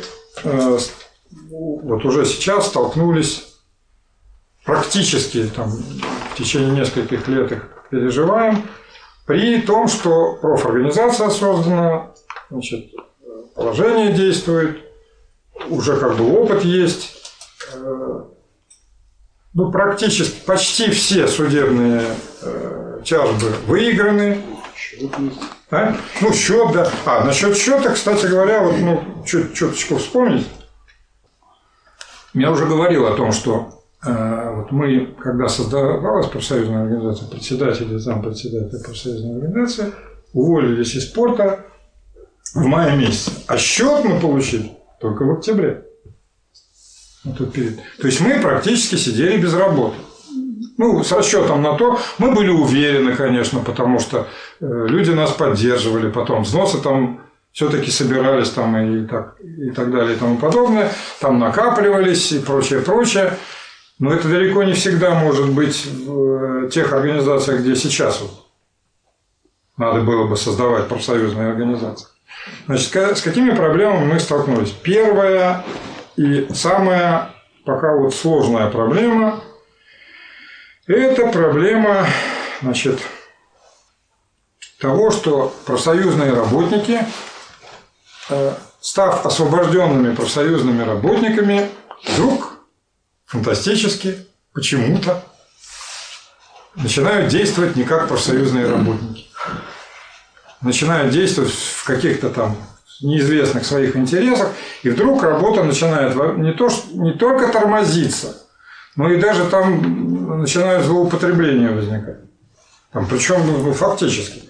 вот уже сейчас столкнулись практически там, в течение нескольких лет их переживаем, при том, что профорганизация создана, значит, положение действует, уже как бы опыт есть, практически почти все судебные тяжбы выиграны. А? Счет, да. Насчет счета, кстати говоря, чуточку вспомнить. Я уже говорил о том, что мы, когда создавалась профсоюзная организация, председатель и зампредседателя профсоюзной организации уволились из спорта в мае месяце, а счет мы получили только в октябре. То есть мы практически сидели без работы. С расчетом на то, мы были уверены, конечно, потому что люди нас поддерживали, потом взносы там все-таки собирались там и так далее и тому подобное, там накапливались и прочее. Но это далеко не всегда может быть в тех организациях, где сейчас надо было бы создавать профсоюзные организации. Значит, с какими проблемами мы столкнулись? Первая и самая пока сложная проблема – это проблема, значит, того, что профсоюзные работники, став освобожденными профсоюзными работниками, вдруг фантастически, почему-то начинают действовать не как профсоюзные работники. Начинают действовать в каких-то там неизвестных своих интересах, и вдруг работа начинает не только тормозиться, но и даже там начинают злоупотребления возникать. Причем фактически.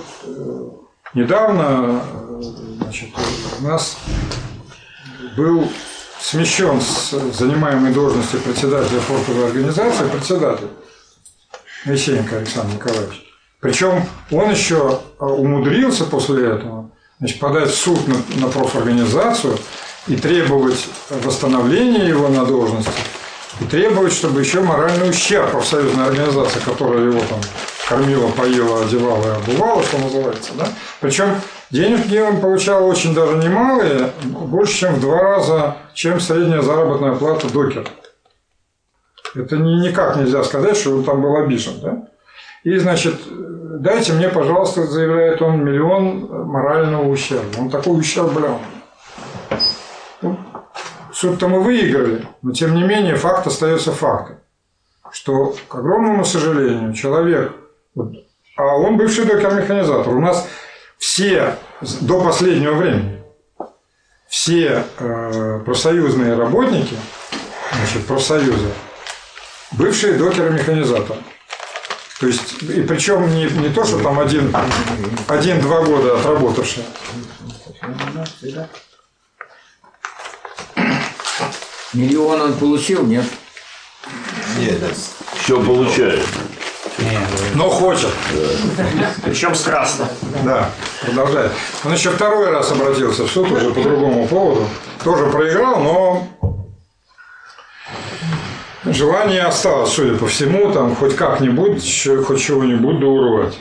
Недавно, значит, у нас был смещен с занимаемой должности председателя портовой организации председатель Моисеенко Александр Николаевич. Причем он еще умудрился после этого, значит, подать в суд на профорганизацию и требовать восстановления его на должности, и требовать, чтобы еще моральный ущерб профсоюзной организации, которая его там кормила, поела, одевала и обувала, что называется, да? Причем денежки он получал очень даже немалые, больше, чем в 2 раза, чем средняя заработная плата докера. Это никак нельзя сказать, что он там был обижен, да? И, значит, дайте мне, пожалуйста, заявляет он, 1 миллион морального ущерба. Он такой ущерб брал. Суд-то мы выиграли, но, тем не менее, факт остается фактом. Что, к огромному сожалению, человек, а он бывший докер-механизатор, у нас все, до последнего времени, все профсоюзные работники, значит, профсоюза, бывшие докеры-механизаторы. То есть, и причем не то, что там 1-2 года отработавшие. Миллион он получил, нет? Нет, все получает. Но хочет. Причем с красным. Да, продолжает. Он еще 2-й раз обратился в суд уже по другому поводу. Тоже проиграл, но желание осталось, судя по всему, там хоть как-нибудь, хоть чего-нибудь доурвать.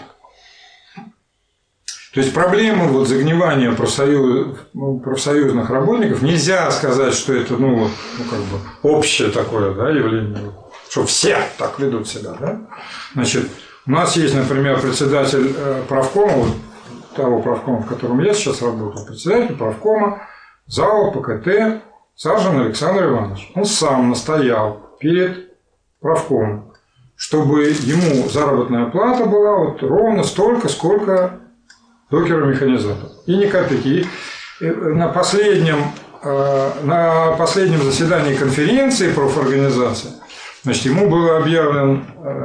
То есть проблемы загнивания профсоюзных работников нельзя сказать, что это общее такое, да, явление, что все так ведут себя. Да? Значит, у нас есть, например, председатель правкома, того правкома, в котором я сейчас работаю, председатель правкома ЗАО ПКТ Сажин Александр Иванович. Он сам настоял перед правкомом, чтобы ему заработная плата была вот ровно столько, сколько докеру-механизатор. И ни копейки. И на последнем заседании конференции профорганизации, значит, ему было объявлен,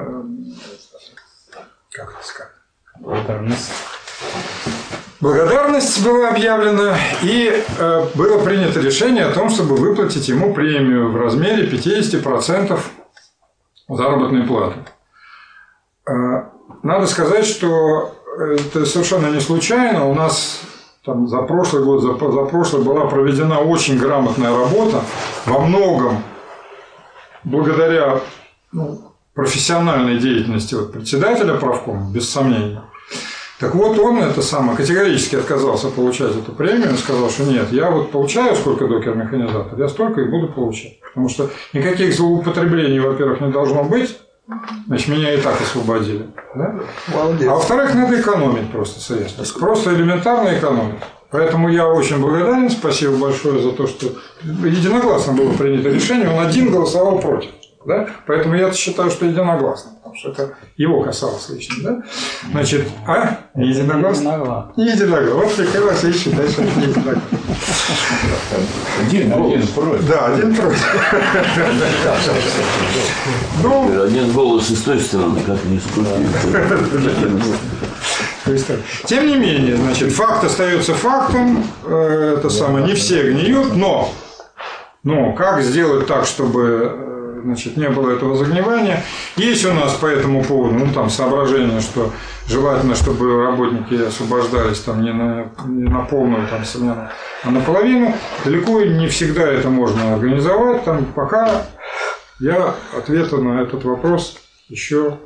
как это сказать? Благодарность была объявлена, и было принято решение о том, чтобы выплатить ему премию в размере 50% заработной платы. Надо сказать, что это совершенно не случайно. У нас там за прошлый год, за прошлый была проведена очень грамотная работа, во многом благодаря профессиональной деятельности председателя правкома, без сомнения. Так вот, он категорически отказался получать эту премию и сказал, что нет, я вот получаю сколько докер-механизатор, я столько и буду получать. Потому что никаких злоупотреблений, во-первых, не должно быть, значит, меня и так освободили. Да? А во-вторых, надо экономить просто средства. Просто элементарно экономить. Поэтому я очень благодарен, спасибо большое за то, что единогласно было принято решение, он один голосовал против. Да? Поэтому я считаю, что единогласно, потому что это его касалось лично. Да? Значит, не единогласно? Не единогласно. Вот Михаил Васильевич считает, что это не единогласно. Один против. Да, один против. Один голос и с той стороны, как ни сколько. Тем не менее, значит, факт остается фактом, это самое, не все гниют, но как сделать так, чтобы, значит, не было этого загнивания? Есть у нас по этому поводу соображение, что желательно, чтобы работники освобождались там, не на полную смену, а наполовину. Далеко не всегда это можно организовать. Пока я ответа на этот вопрос еще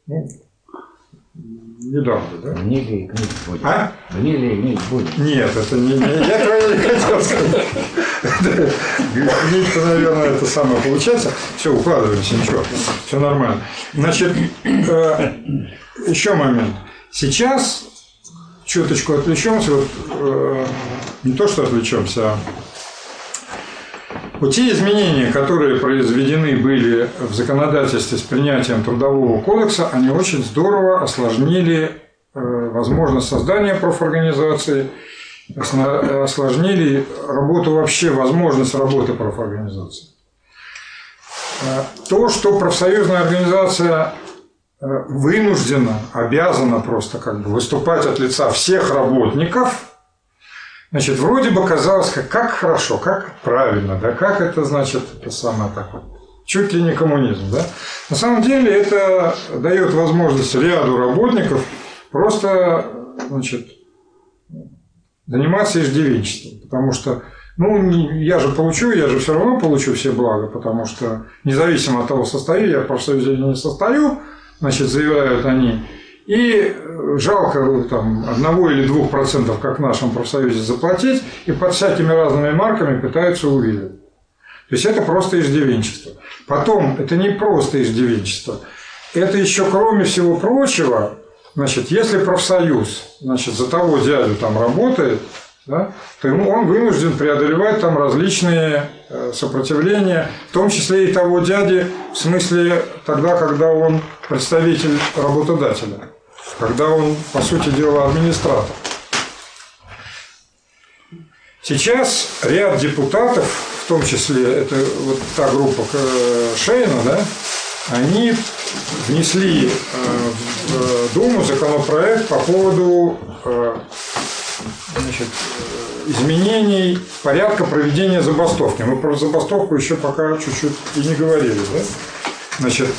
не дал. Да? Гнили будет. А? Гнили будет. Нет, это не я этого не хотел сказать. Гнить-то, наверное, это самое получается. Все, укладываемся, ничего, все нормально. Значит, еще момент. Сейчас чуточку отвлечемся, не то, что отвлечемся, а вот те изменения, которые произведены были в законодательстве с принятием Трудового кодекса, они очень здорово осложнили возможность создания профорганизации, осложнили работу вообще, возможность работы профорганизации. То, что профсоюзная организация вынуждена, обязана просто выступать от лица всех работников, значит, вроде бы казалось, как хорошо, как правильно, да, как это, значит, это самое такое, чуть ли не коммунизм, да. На самом деле это дает возможность ряду работников просто, значит, заниматься иждивенчеством, потому что, я же все равно получу все блага, потому что независимо от того, состою я в профсоюзе или не состою, значит, заявляют они, и жалко 1 или 2%, как в нашем профсоюзе, заплатить, и под всякими разными марками пытаются увидеть. То есть это просто иждивенчество. Потом, это не просто иждивенчество, это еще, кроме всего прочего, значит, если профсоюз, значит, за того дядю работает, да, то он вынужден преодолевать различные сопротивления, в том числе и того дяди, в смысле тогда, когда он представитель работодателя, когда он, по сути дела, администратор. Сейчас ряд депутатов, в том числе это вот та группа Шейна, да, они внесли в Думу законопроект по поводу, значит, изменений порядка проведения забастовки. Мы про забастовку еще пока чуть-чуть и не говорили, да? Значит,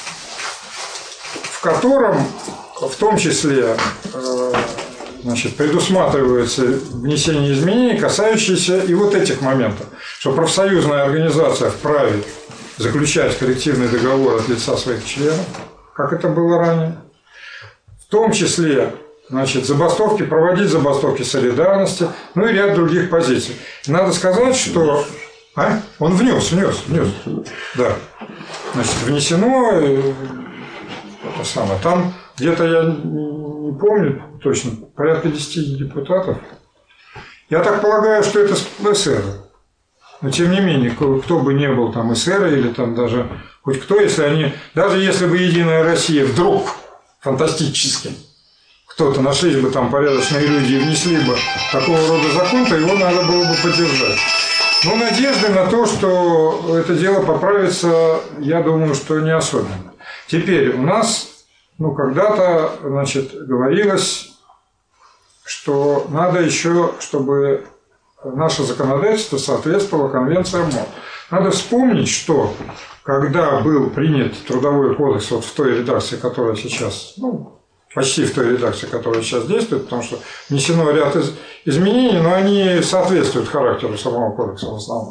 в котором в том числе, значит, предусматривается внесение изменений, касающиеся и вот этих моментов, что профсоюзная организация вправе заключать коллективный договор от лица своих членов, как это было ранее, в том числе, значит, забастовки, проводить забастовки солидарности, и ряд других позиций. Надо сказать, что... Он внес. Да. Значит, внесено... Это самое. Там где-то я не помню точно, порядка 10 депутатов. Я так полагаю, что это эсеры. Но тем не менее, кто бы не был там эсеры или там даже хоть кто, если они, даже если бы Единая Россия вдруг фантастически кто-то нашлись бы там порядочные люди и внесли бы такого рода закон, то его надо было бы поддержать. Но надежды на то, что это дело поправится, я думаю, что не особенно. Теперь у нас, когда-то, говорилось, что надо еще, чтобы наше законодательство соответствовало конвенции МОН. Надо вспомнить, что когда был принят Трудовой кодекс вот в той редакции, которая сейчас, почти в той редакции, которая сейчас действует, потому что внесено ряд изменений, но они соответствуют характеру самого кодекса в основном.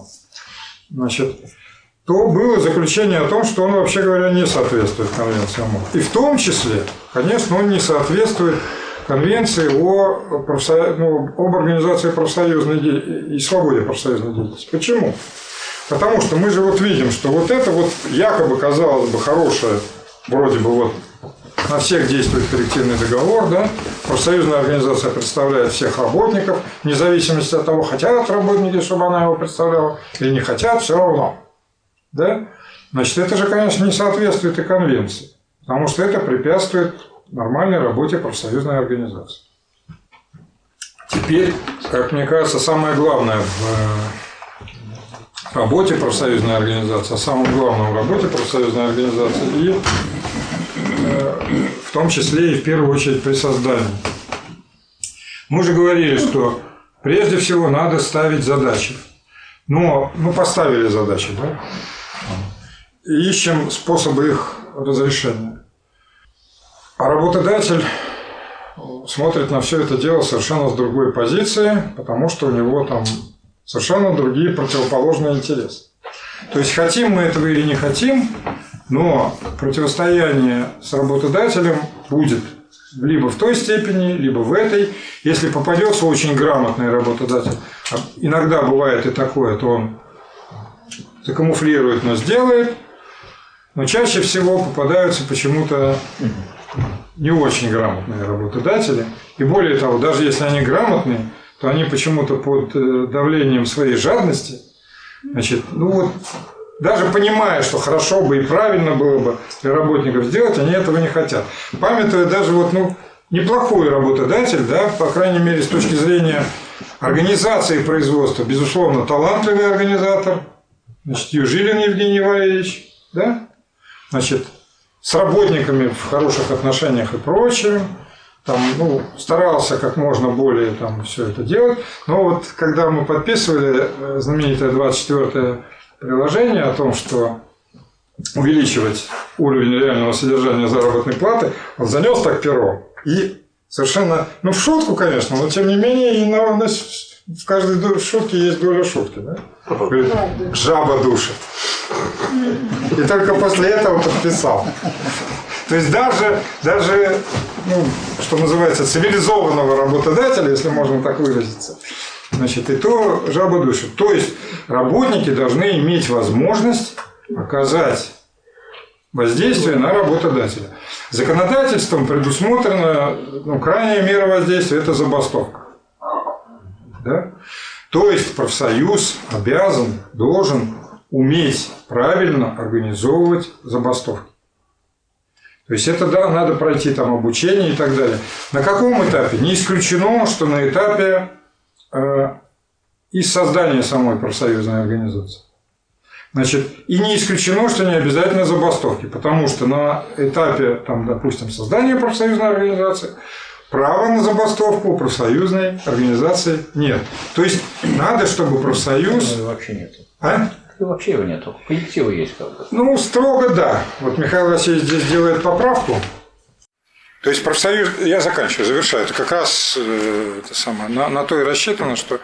То было заключение о том, что он, вообще говоря, не соответствует конвенции МОН. И в том числе, конечно, он не соответствует конвенции об организации профсоюзной и свободе профсоюзной деятельности. Почему? Потому что мы же видим, что это якобы, казалось бы, хорошее, вроде бы на всех действует коллективный договор, да? Профсоюзная организация представляет всех работников, вне зависимости от того, хотят работники, чтобы она его представляла, или не хотят, все равно. Да? Это же, конечно, не соответствует и конвенции, потому что это препятствует нормальной работе профсоюзной организации. Теперь, как мне кажется, самое главное в работе профсоюзной организации, а самое главное в работе профсоюзной организации, и в том числе и в первую очередь при создании. Мы же говорили, что прежде всего надо ставить задачи. Но поставили задачи, да? И ищем способы их разрешения. А работодатель смотрит на все это дело совершенно с другой позиции, потому что у него там совершенно другие противоположные интересы. То есть хотим мы этого или не хотим, но противостояние с работодателем будет либо в той степени, либо в этой. Если попадется очень грамотный работодатель, иногда бывает и такое, то он закамуфлирует, но сделает. Но чаще всего попадаются почему-то не очень грамотные работодатели. И более того, даже если они грамотные, то они почему-то под давлением своей жадности, даже понимая, что хорошо бы и правильно было бы для работников сделать, они этого не хотят. Памятуя даже неплохой работодатель, да, по крайней мере, с точки зрения организации производства, безусловно, талантливый организатор, Южилин Евгений Валерьевич, да? С работниками в хороших отношениях и прочее, старался как можно более все это делать. Но когда мы подписывали знаменитое 24-е приложение о том, что увеличивать уровень реального содержания заработной платы, он занес так перо и совершенно, в шутку, конечно, но тем не менее и в каждой шутке есть доля шутки, да? Говорит, жаба душит. И только после этого подписал. То есть даже что называется, цивилизованного работодателя, если можно так выразиться, и то жаба душит. То есть работники должны иметь возможность оказать воздействие на работодателя. Законодательством предусмотрена крайняя мера воздействия – это забастовка. Да? То есть профсоюз должен уметь правильно организовывать забастовки. То есть это надо пройти обучение и так далее. На каком этапе? Не исключено, что на этапе из создания самой профсоюзной организации. И не исключено, что не обязательно забастовки, потому что на этапе, допустим, создания профсоюзной организации права на забастовку у профсоюзной организации нет. То есть надо, чтобы профсоюз... Вообще нет. А? Вообще его нету. Коллективы есть как-то. Строго да. Михаил Васильевич здесь делает поправку. То есть профсоюз, я заканчиваю, завершаю. Это как раз на то и рассчитано, что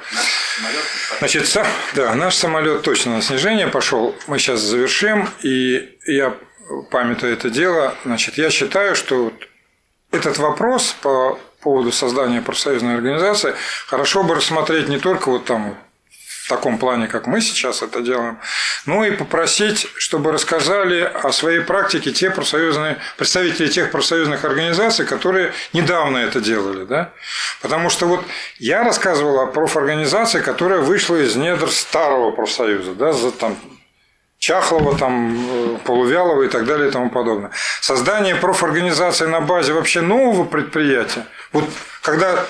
наш самолет точно на снижение пошел. Мы сейчас завершим, и я, памятуя это дело, я считаю, что этот вопрос по поводу создания профсоюзной организации хорошо бы рассмотреть не только в таком плане, как мы сейчас это делаем, но и попросить, чтобы рассказали о своей практике представители тех профсоюзных организаций, которые недавно это делали. Да? Потому что вот я рассказывал о профорганизации, которая вышла из недр старого профсоюза, да, там, Чахлова, там, Полувялова и так далее и тому подобное. Создание профорганизации на базе вообще нового предприятия, вот когда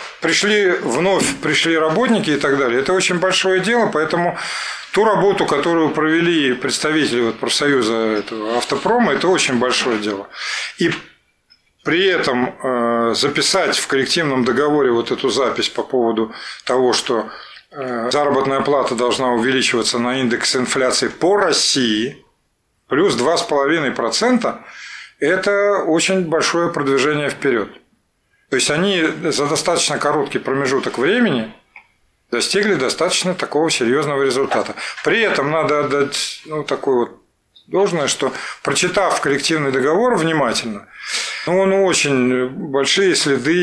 вновь пришли работники и так далее, это очень большое дело, поэтому ту работу, которую провели представители вот профсоюза этого автопрома, это очень большое дело. И при этом записать в коллективном договоре вот эту запись по поводу того, что заработная плата должна увеличиваться на индекс инфляции по России плюс 2,5%, это очень большое продвижение вперед. То есть они за достаточно короткий промежуток времени достигли достаточно такого серьезного результата. При этом надо отдать такое вот должное, что прочитав коллективный договор внимательно, он очень большие следы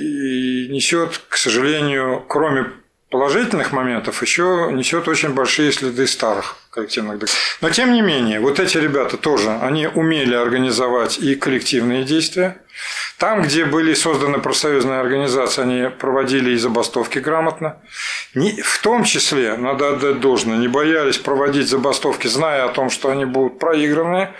и несет, к сожалению, кроме положительных моментов, еще несет очень большие следы старых коллективных договоров. Но тем не менее, вот эти ребята тоже, они умели организовать и коллективные действия. Там, где были созданы профсоюзные организации, они проводили и забастовки грамотно. В том числе, надо отдать должное, не боялись проводить забастовки, зная о том, что они будут проигранные.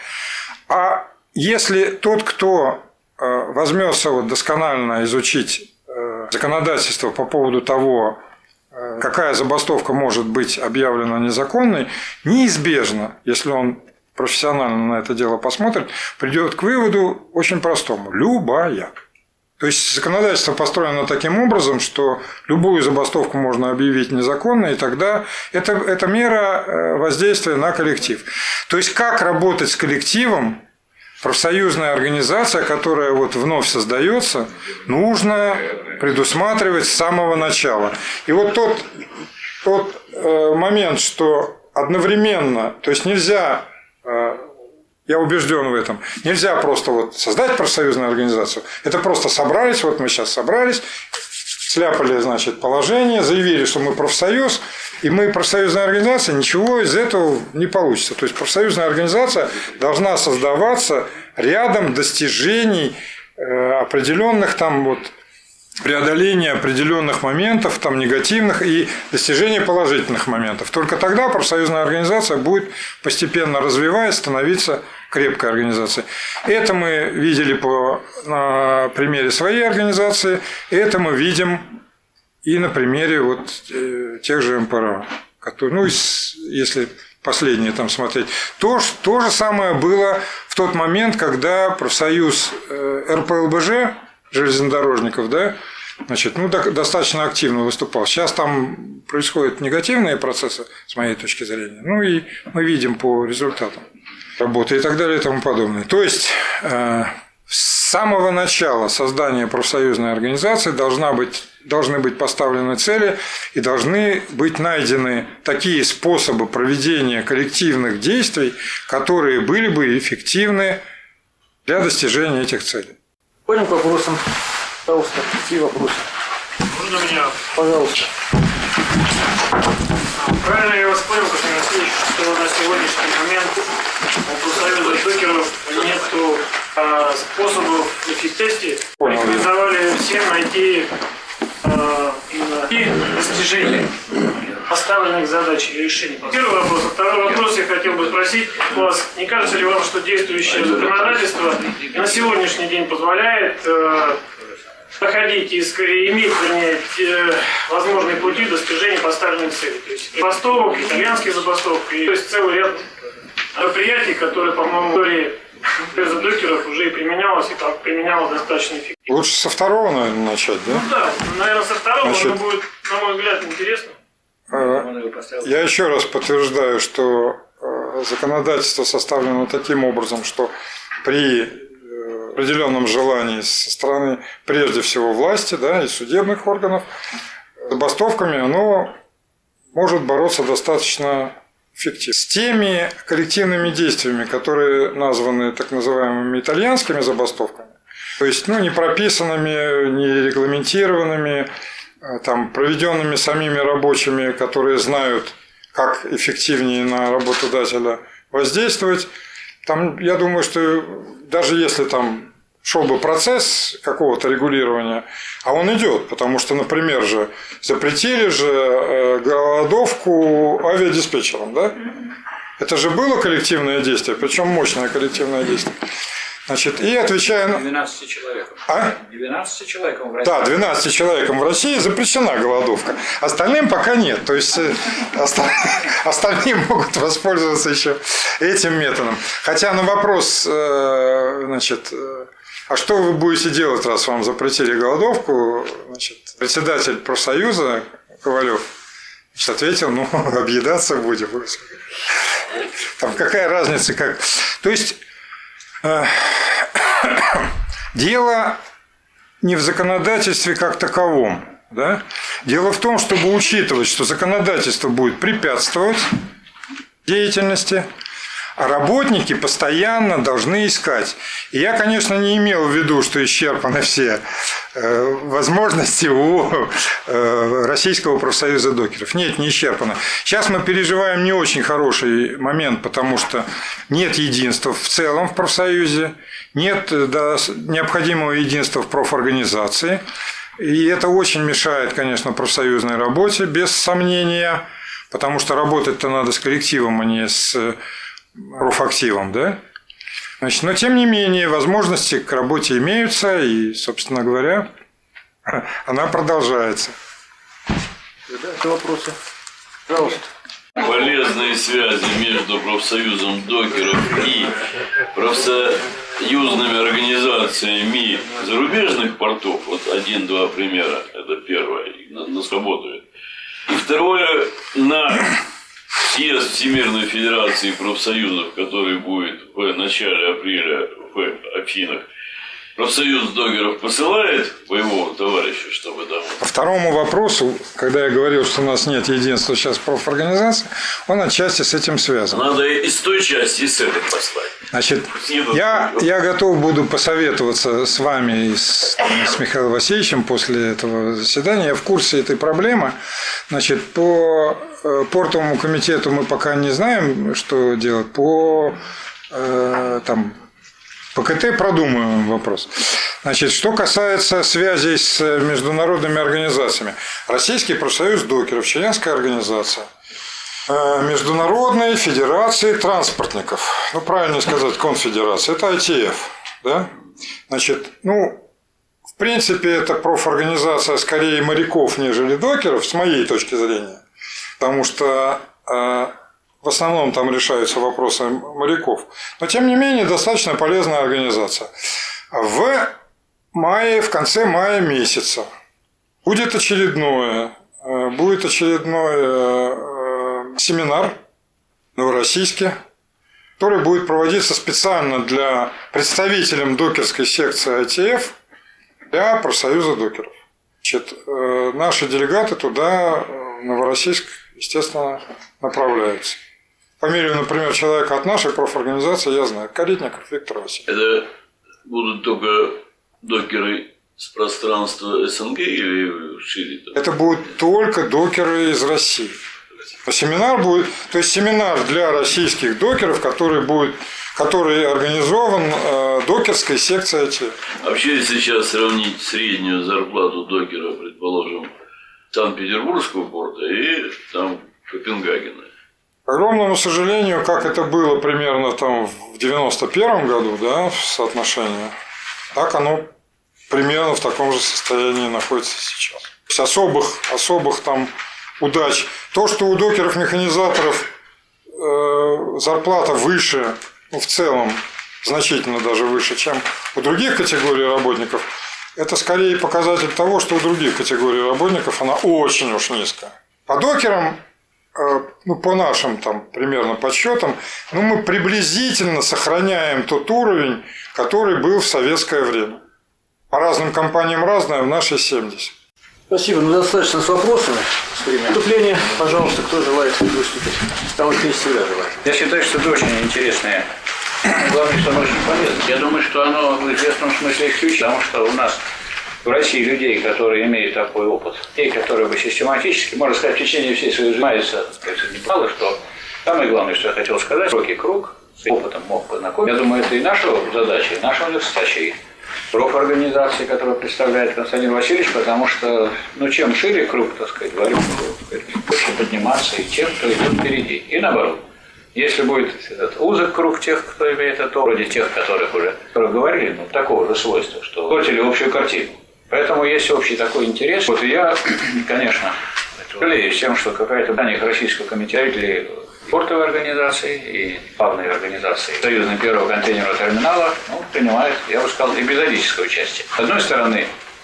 А если тот, кто возьмется досконально изучить законодательство по поводу того, какая забастовка может быть объявлена незаконной, неизбежно, если он профессионально на это дело посмотрит, придет к выводу очень простому – любая. То есть законодательство построено таким образом, что любую забастовку можно объявить незаконной, и тогда это мера воздействия на коллектив. То есть как работать с коллективом, профсоюзная организация, которая вновь создается, нужно предусматривать с самого начала. И вот тот момент, что одновременно, то есть нельзя, я убежден в этом, нельзя просто создать профсоюзную организацию, это просто собрались, мы сейчас собрались, сляпали, положение, заявили, что мы профсоюз, и мы профсоюзная организация, ничего из этого не получится. То есть профсоюзная организация должна создаваться рядом достижений определенных преодоления определенных моментов негативных и достижения положительных моментов. Только тогда профсоюзная организация будет постепенно развиваясь, становиться крепкой организацией. Это мы видели на примере своей организации, это мы видим и на примере тех же МПРА, которые, если последние смотреть. То же самое было в тот момент, когда профсоюз РПЛБЖ железнодорожников, достаточно активно выступал. Сейчас там происходят негативные процессы, с моей точки зрения. И мы видим по результатам работы и так далее и тому подобное. То есть с самого начала создания профсоюзной организации должны быть поставлены цели и должны быть найдены такие способы проведения коллективных действий, которые были бы эффективны для достижения этих целей. Переходим к вопросам. Пожалуйста, какие вопросы? Можно меня? Пожалуйста. Правильно я вас понял, как Алексей, что на сегодняшний момент у профсоюза докеров нету способов эффективности. Рекомендовали всем найти достижения поставленных задач и решений. Первый вопрос. Второй вопрос я хотел бы спросить вас. Не кажется ли вам, что действующее законодательство на сегодняшний день позволяет проходить и иметь, возможные пути достижения поставленных целей? То есть забастовок, итальянских забастовок, то есть целый ряд мероприятий, которые, по-моему, в истории докеров уже и применялось, и применялось достаточно эффективно. Лучше со второго, наверное, начать, да? Да, наверное, со второго оно будет, на мой взгляд, интересно. Я еще раз подтверждаю, что законодательство составлено таким образом, что при определенном желании со стороны, прежде всего, власти, и судебных органов, забастовками оно может бороться достаточно эффективно. С теми коллективными действиями, которые названы так называемыми итальянскими забастовками, то есть не прописанными, не регламентированными, там, проведенными самими рабочими, которые знают, как эффективнее на работодателя воздействовать. Там, я думаю, что даже если там шел бы процесс какого-то регулирования, а он идет, потому что, например, же запретили же голодовку авиадиспетчерам, да? Это же было коллективное действие, причем мощное коллективное действие. Значит, и отвечая на... 12 человеком. А? 12 человеком в России. Да, 12 человеком в России запрещена голодовка. Остальным пока нет. То есть остальные могут воспользоваться еще этим методом. Хотя на вопрос, значит, а что вы будете делать, раз вам запретили голодовку? Значит, председатель профсоюза Ковалев ответил, ну, объедаться будем. Там какая разница, как... То есть дело не в законодательстве как таковом. Да? Дело в том, чтобы учитывать, что законодательство будет препятствовать деятельности, а работники постоянно должны искать. И я, конечно, не имел в виду, что исчерпаны все возможности у Российского профсоюза докеров. Нет, не исчерпано. Сейчас мы переживаем не очень хороший момент, потому что нет единства в целом в профсоюзе, нет необходимого единства в профорганизации. И это очень мешает, конечно, профсоюзной работе, без сомнения, потому что работать-то надо с коллективом, а не с профактивом, да? Значит, но тем не менее возможности к работе имеются, и, собственно говоря, она продолжается. Это вопросы. Пожалуйста. Полезные связи между профсоюзом докеров и профсоюзными организациями зарубежных портов. Вот 1-2 примера. Это первое. Нас работает. И второе, на съезд Всемирной Федерации профсоюзов, который будет в начале апреля в Афинах, профсоюз докеров посылает боевого товарища, чтобы там... По второму вопросу, когда я говорил, что у нас нет единства сейчас профорганизаций, он отчасти с этим связан. Надо и с той части, и с этой послать. Значит, я готов буду посоветоваться с вами и с Михаилом Васильевичем после этого заседания. Я в курсе этой проблемы. Значит, по портовому комитету мы пока не знаем, что делать. По КТ продумаем вопрос. Значит, что касается связей с международными организациями. Российский профсоюз докеров, членская организация Международной федерации транспортников. Ну, правильно сказать, конфедерация. Это ITF. Да? Значит, ну, в принципе, это профорганизация скорее моряков, нежели докеров, с моей точки зрения. Потому что в основном там решаются вопросы моряков. Но, тем не менее, достаточно полезная организация. В конце мая месяца будет очередной семинар в Новороссийске, который будет проводиться специально для представителей докерской секции ITF для профсоюза докеров. Значит, наши делегаты туда, в Новороссийск, естественно, направляются. Фамилию, например, человека от нашей профорганизации я знаю. Каретников Виктор Васильевич. Это будут только докеры с пространства СНГ или шире? Это будут только докеры из России. Семинар будет, то есть семинар для российских докеров, который организован докерской секцией ITF. Вообще, если сейчас сравнить среднюю зарплату докера, предположим, Санкт-Петербургского порта и там Копенгагена. К огромному сожалению, как это было примерно там в 91 году, да, в соотношении, так оно примерно в таком же состоянии находится сейчас. То есть особых там удач. То, что у докеров-механизаторов зарплата выше, ну, в целом значительно даже выше, чем у других категорий работников, это скорее показатель того, что у других категорий работников она очень уж низкая. По докерам, ну, по нашим там примерно подсчетам, ну, мы приблизительно сохраняем тот уровень, который был в советское время. По разным компаниям разное, в нашей 70. Спасибо. Ну, достаточно с вопросами. Вступление, пожалуйста, кто желает выступить? Потому что всегда желает. Я считаю, что это очень интересное. Главное, что оно очень полезно. Я думаю, что оно в известном смысле исключительно, потому что у нас в России людей, которые имеют такой опыт, и которые бы систематически, можно сказать, в течение всей своей жизни занимаются, немало, что самое главное, что я хотел сказать, широкий круг с опытом мог познакомиться. Я думаю, это и наша задача, и наша задача, и профорганизации, которую представляет Константин Васильевич, потому что, чем шире круг, так сказать, больше подниматься и тем, кто идет впереди. И наоборот. Если будет этот узок круг тех, кто имеет это, вроде тех, которых говорили, такого же свойства, что портили общую картину. Поэтому есть общий такой интерес. Вот и я, конечно, жалею тем, что какая-то данных Российского комитета или портовой организации и главной организации Союзного первого контейнерного терминала принимает, я бы сказал, эпизодическое участие. С одной стороны,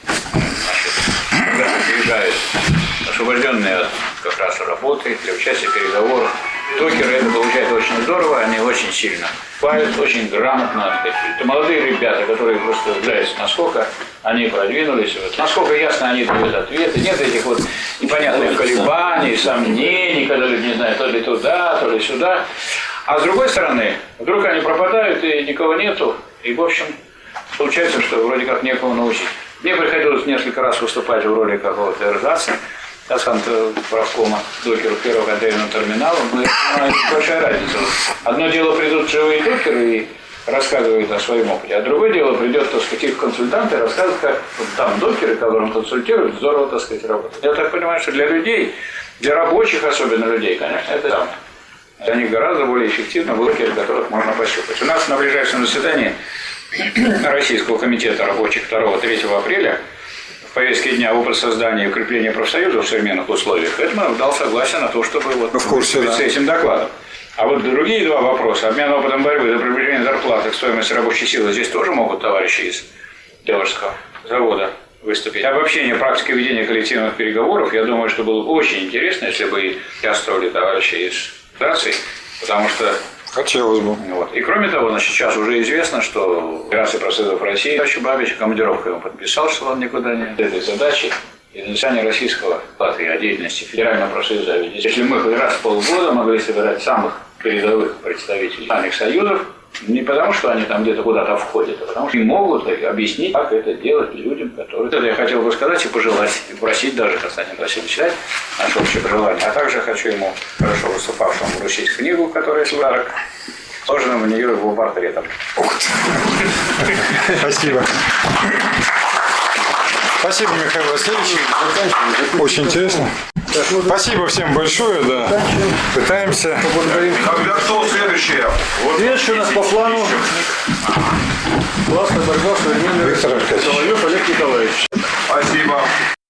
когда приезжают освобожденные от как раз работы для участия в переговорах, докеры это получается очень здорово, они очень сильно пают, очень грамотно. Это молодые ребята, которые просто удивляются, насколько они продвинулись, насколько ясно они дают ответы, нет этих непонятных колебаний, сомнений, когда люди не знают, то ли туда, то ли сюда. А с другой стороны, вдруг они пропадают и никого нету, и в общем получается, что вроде как некому научить. Мне приходилось несколько раз выступать в роли какого-то эрзаца, я сам правкома докеров первого контейнерного терминала, но это большая разница. Одно дело придут живые докеры и рассказывают о своем опыте, а другое дело придет, так сказать, их консультанты и рассказывают, как там докеры, которым консультируют, здорово, так сказать, работают. Я так понимаю, что для людей, для рабочих особенно людей, конечно, это там. Для них гораздо более эффективно докеры, которых можно пощупать. У нас на ближайшем заседании Российского комитета рабочих 2-3 апреля в повестке дня опыт создания и укрепления профсоюзов в современных условиях, Эдманов дал согласие на то, чтобы с этим докладом. А вот другие два вопроса, обмен опытом борьбы за приближение зарплаты к стоимости рабочей силы, здесь тоже могут товарищи из Делавского завода выступить. Обобщение практики ведения коллективных переговоров, я думаю, что было очень интересно, если бы участвовали товарищи из федерации, потому что хотелось бы. И кроме того, сейчас уже известно, что Федерация профсоюзов России, товарищ Бабич, командировку ему подписал, что он никуда не этой задачи. И написание российского платы о деятельности Федерального профсоюза. Если мы хоть раз в полгода могли собирать самых передовых представителей национальных союзов, не потому, что они там где-то куда-то входят, а потому что они могут объяснить, как это делать людям, которые... Это я хотел бы сказать и пожелать, и просить даже Константина Васильевича наше общее пожелание. А также хочу ему, хорошо выступавшему, вручить книгу, которая подарок, сложенным в нее его портретом. Спасибо. Спасибо, Михаил Васильевич. Очень интересно. Спасибо всем большое, да. Пытаемся. Когда что следующее? Следующее у нас по плану классная борьба современная. Виктор Аркадьевич. Соловьев Олег Николаевич. Спасибо.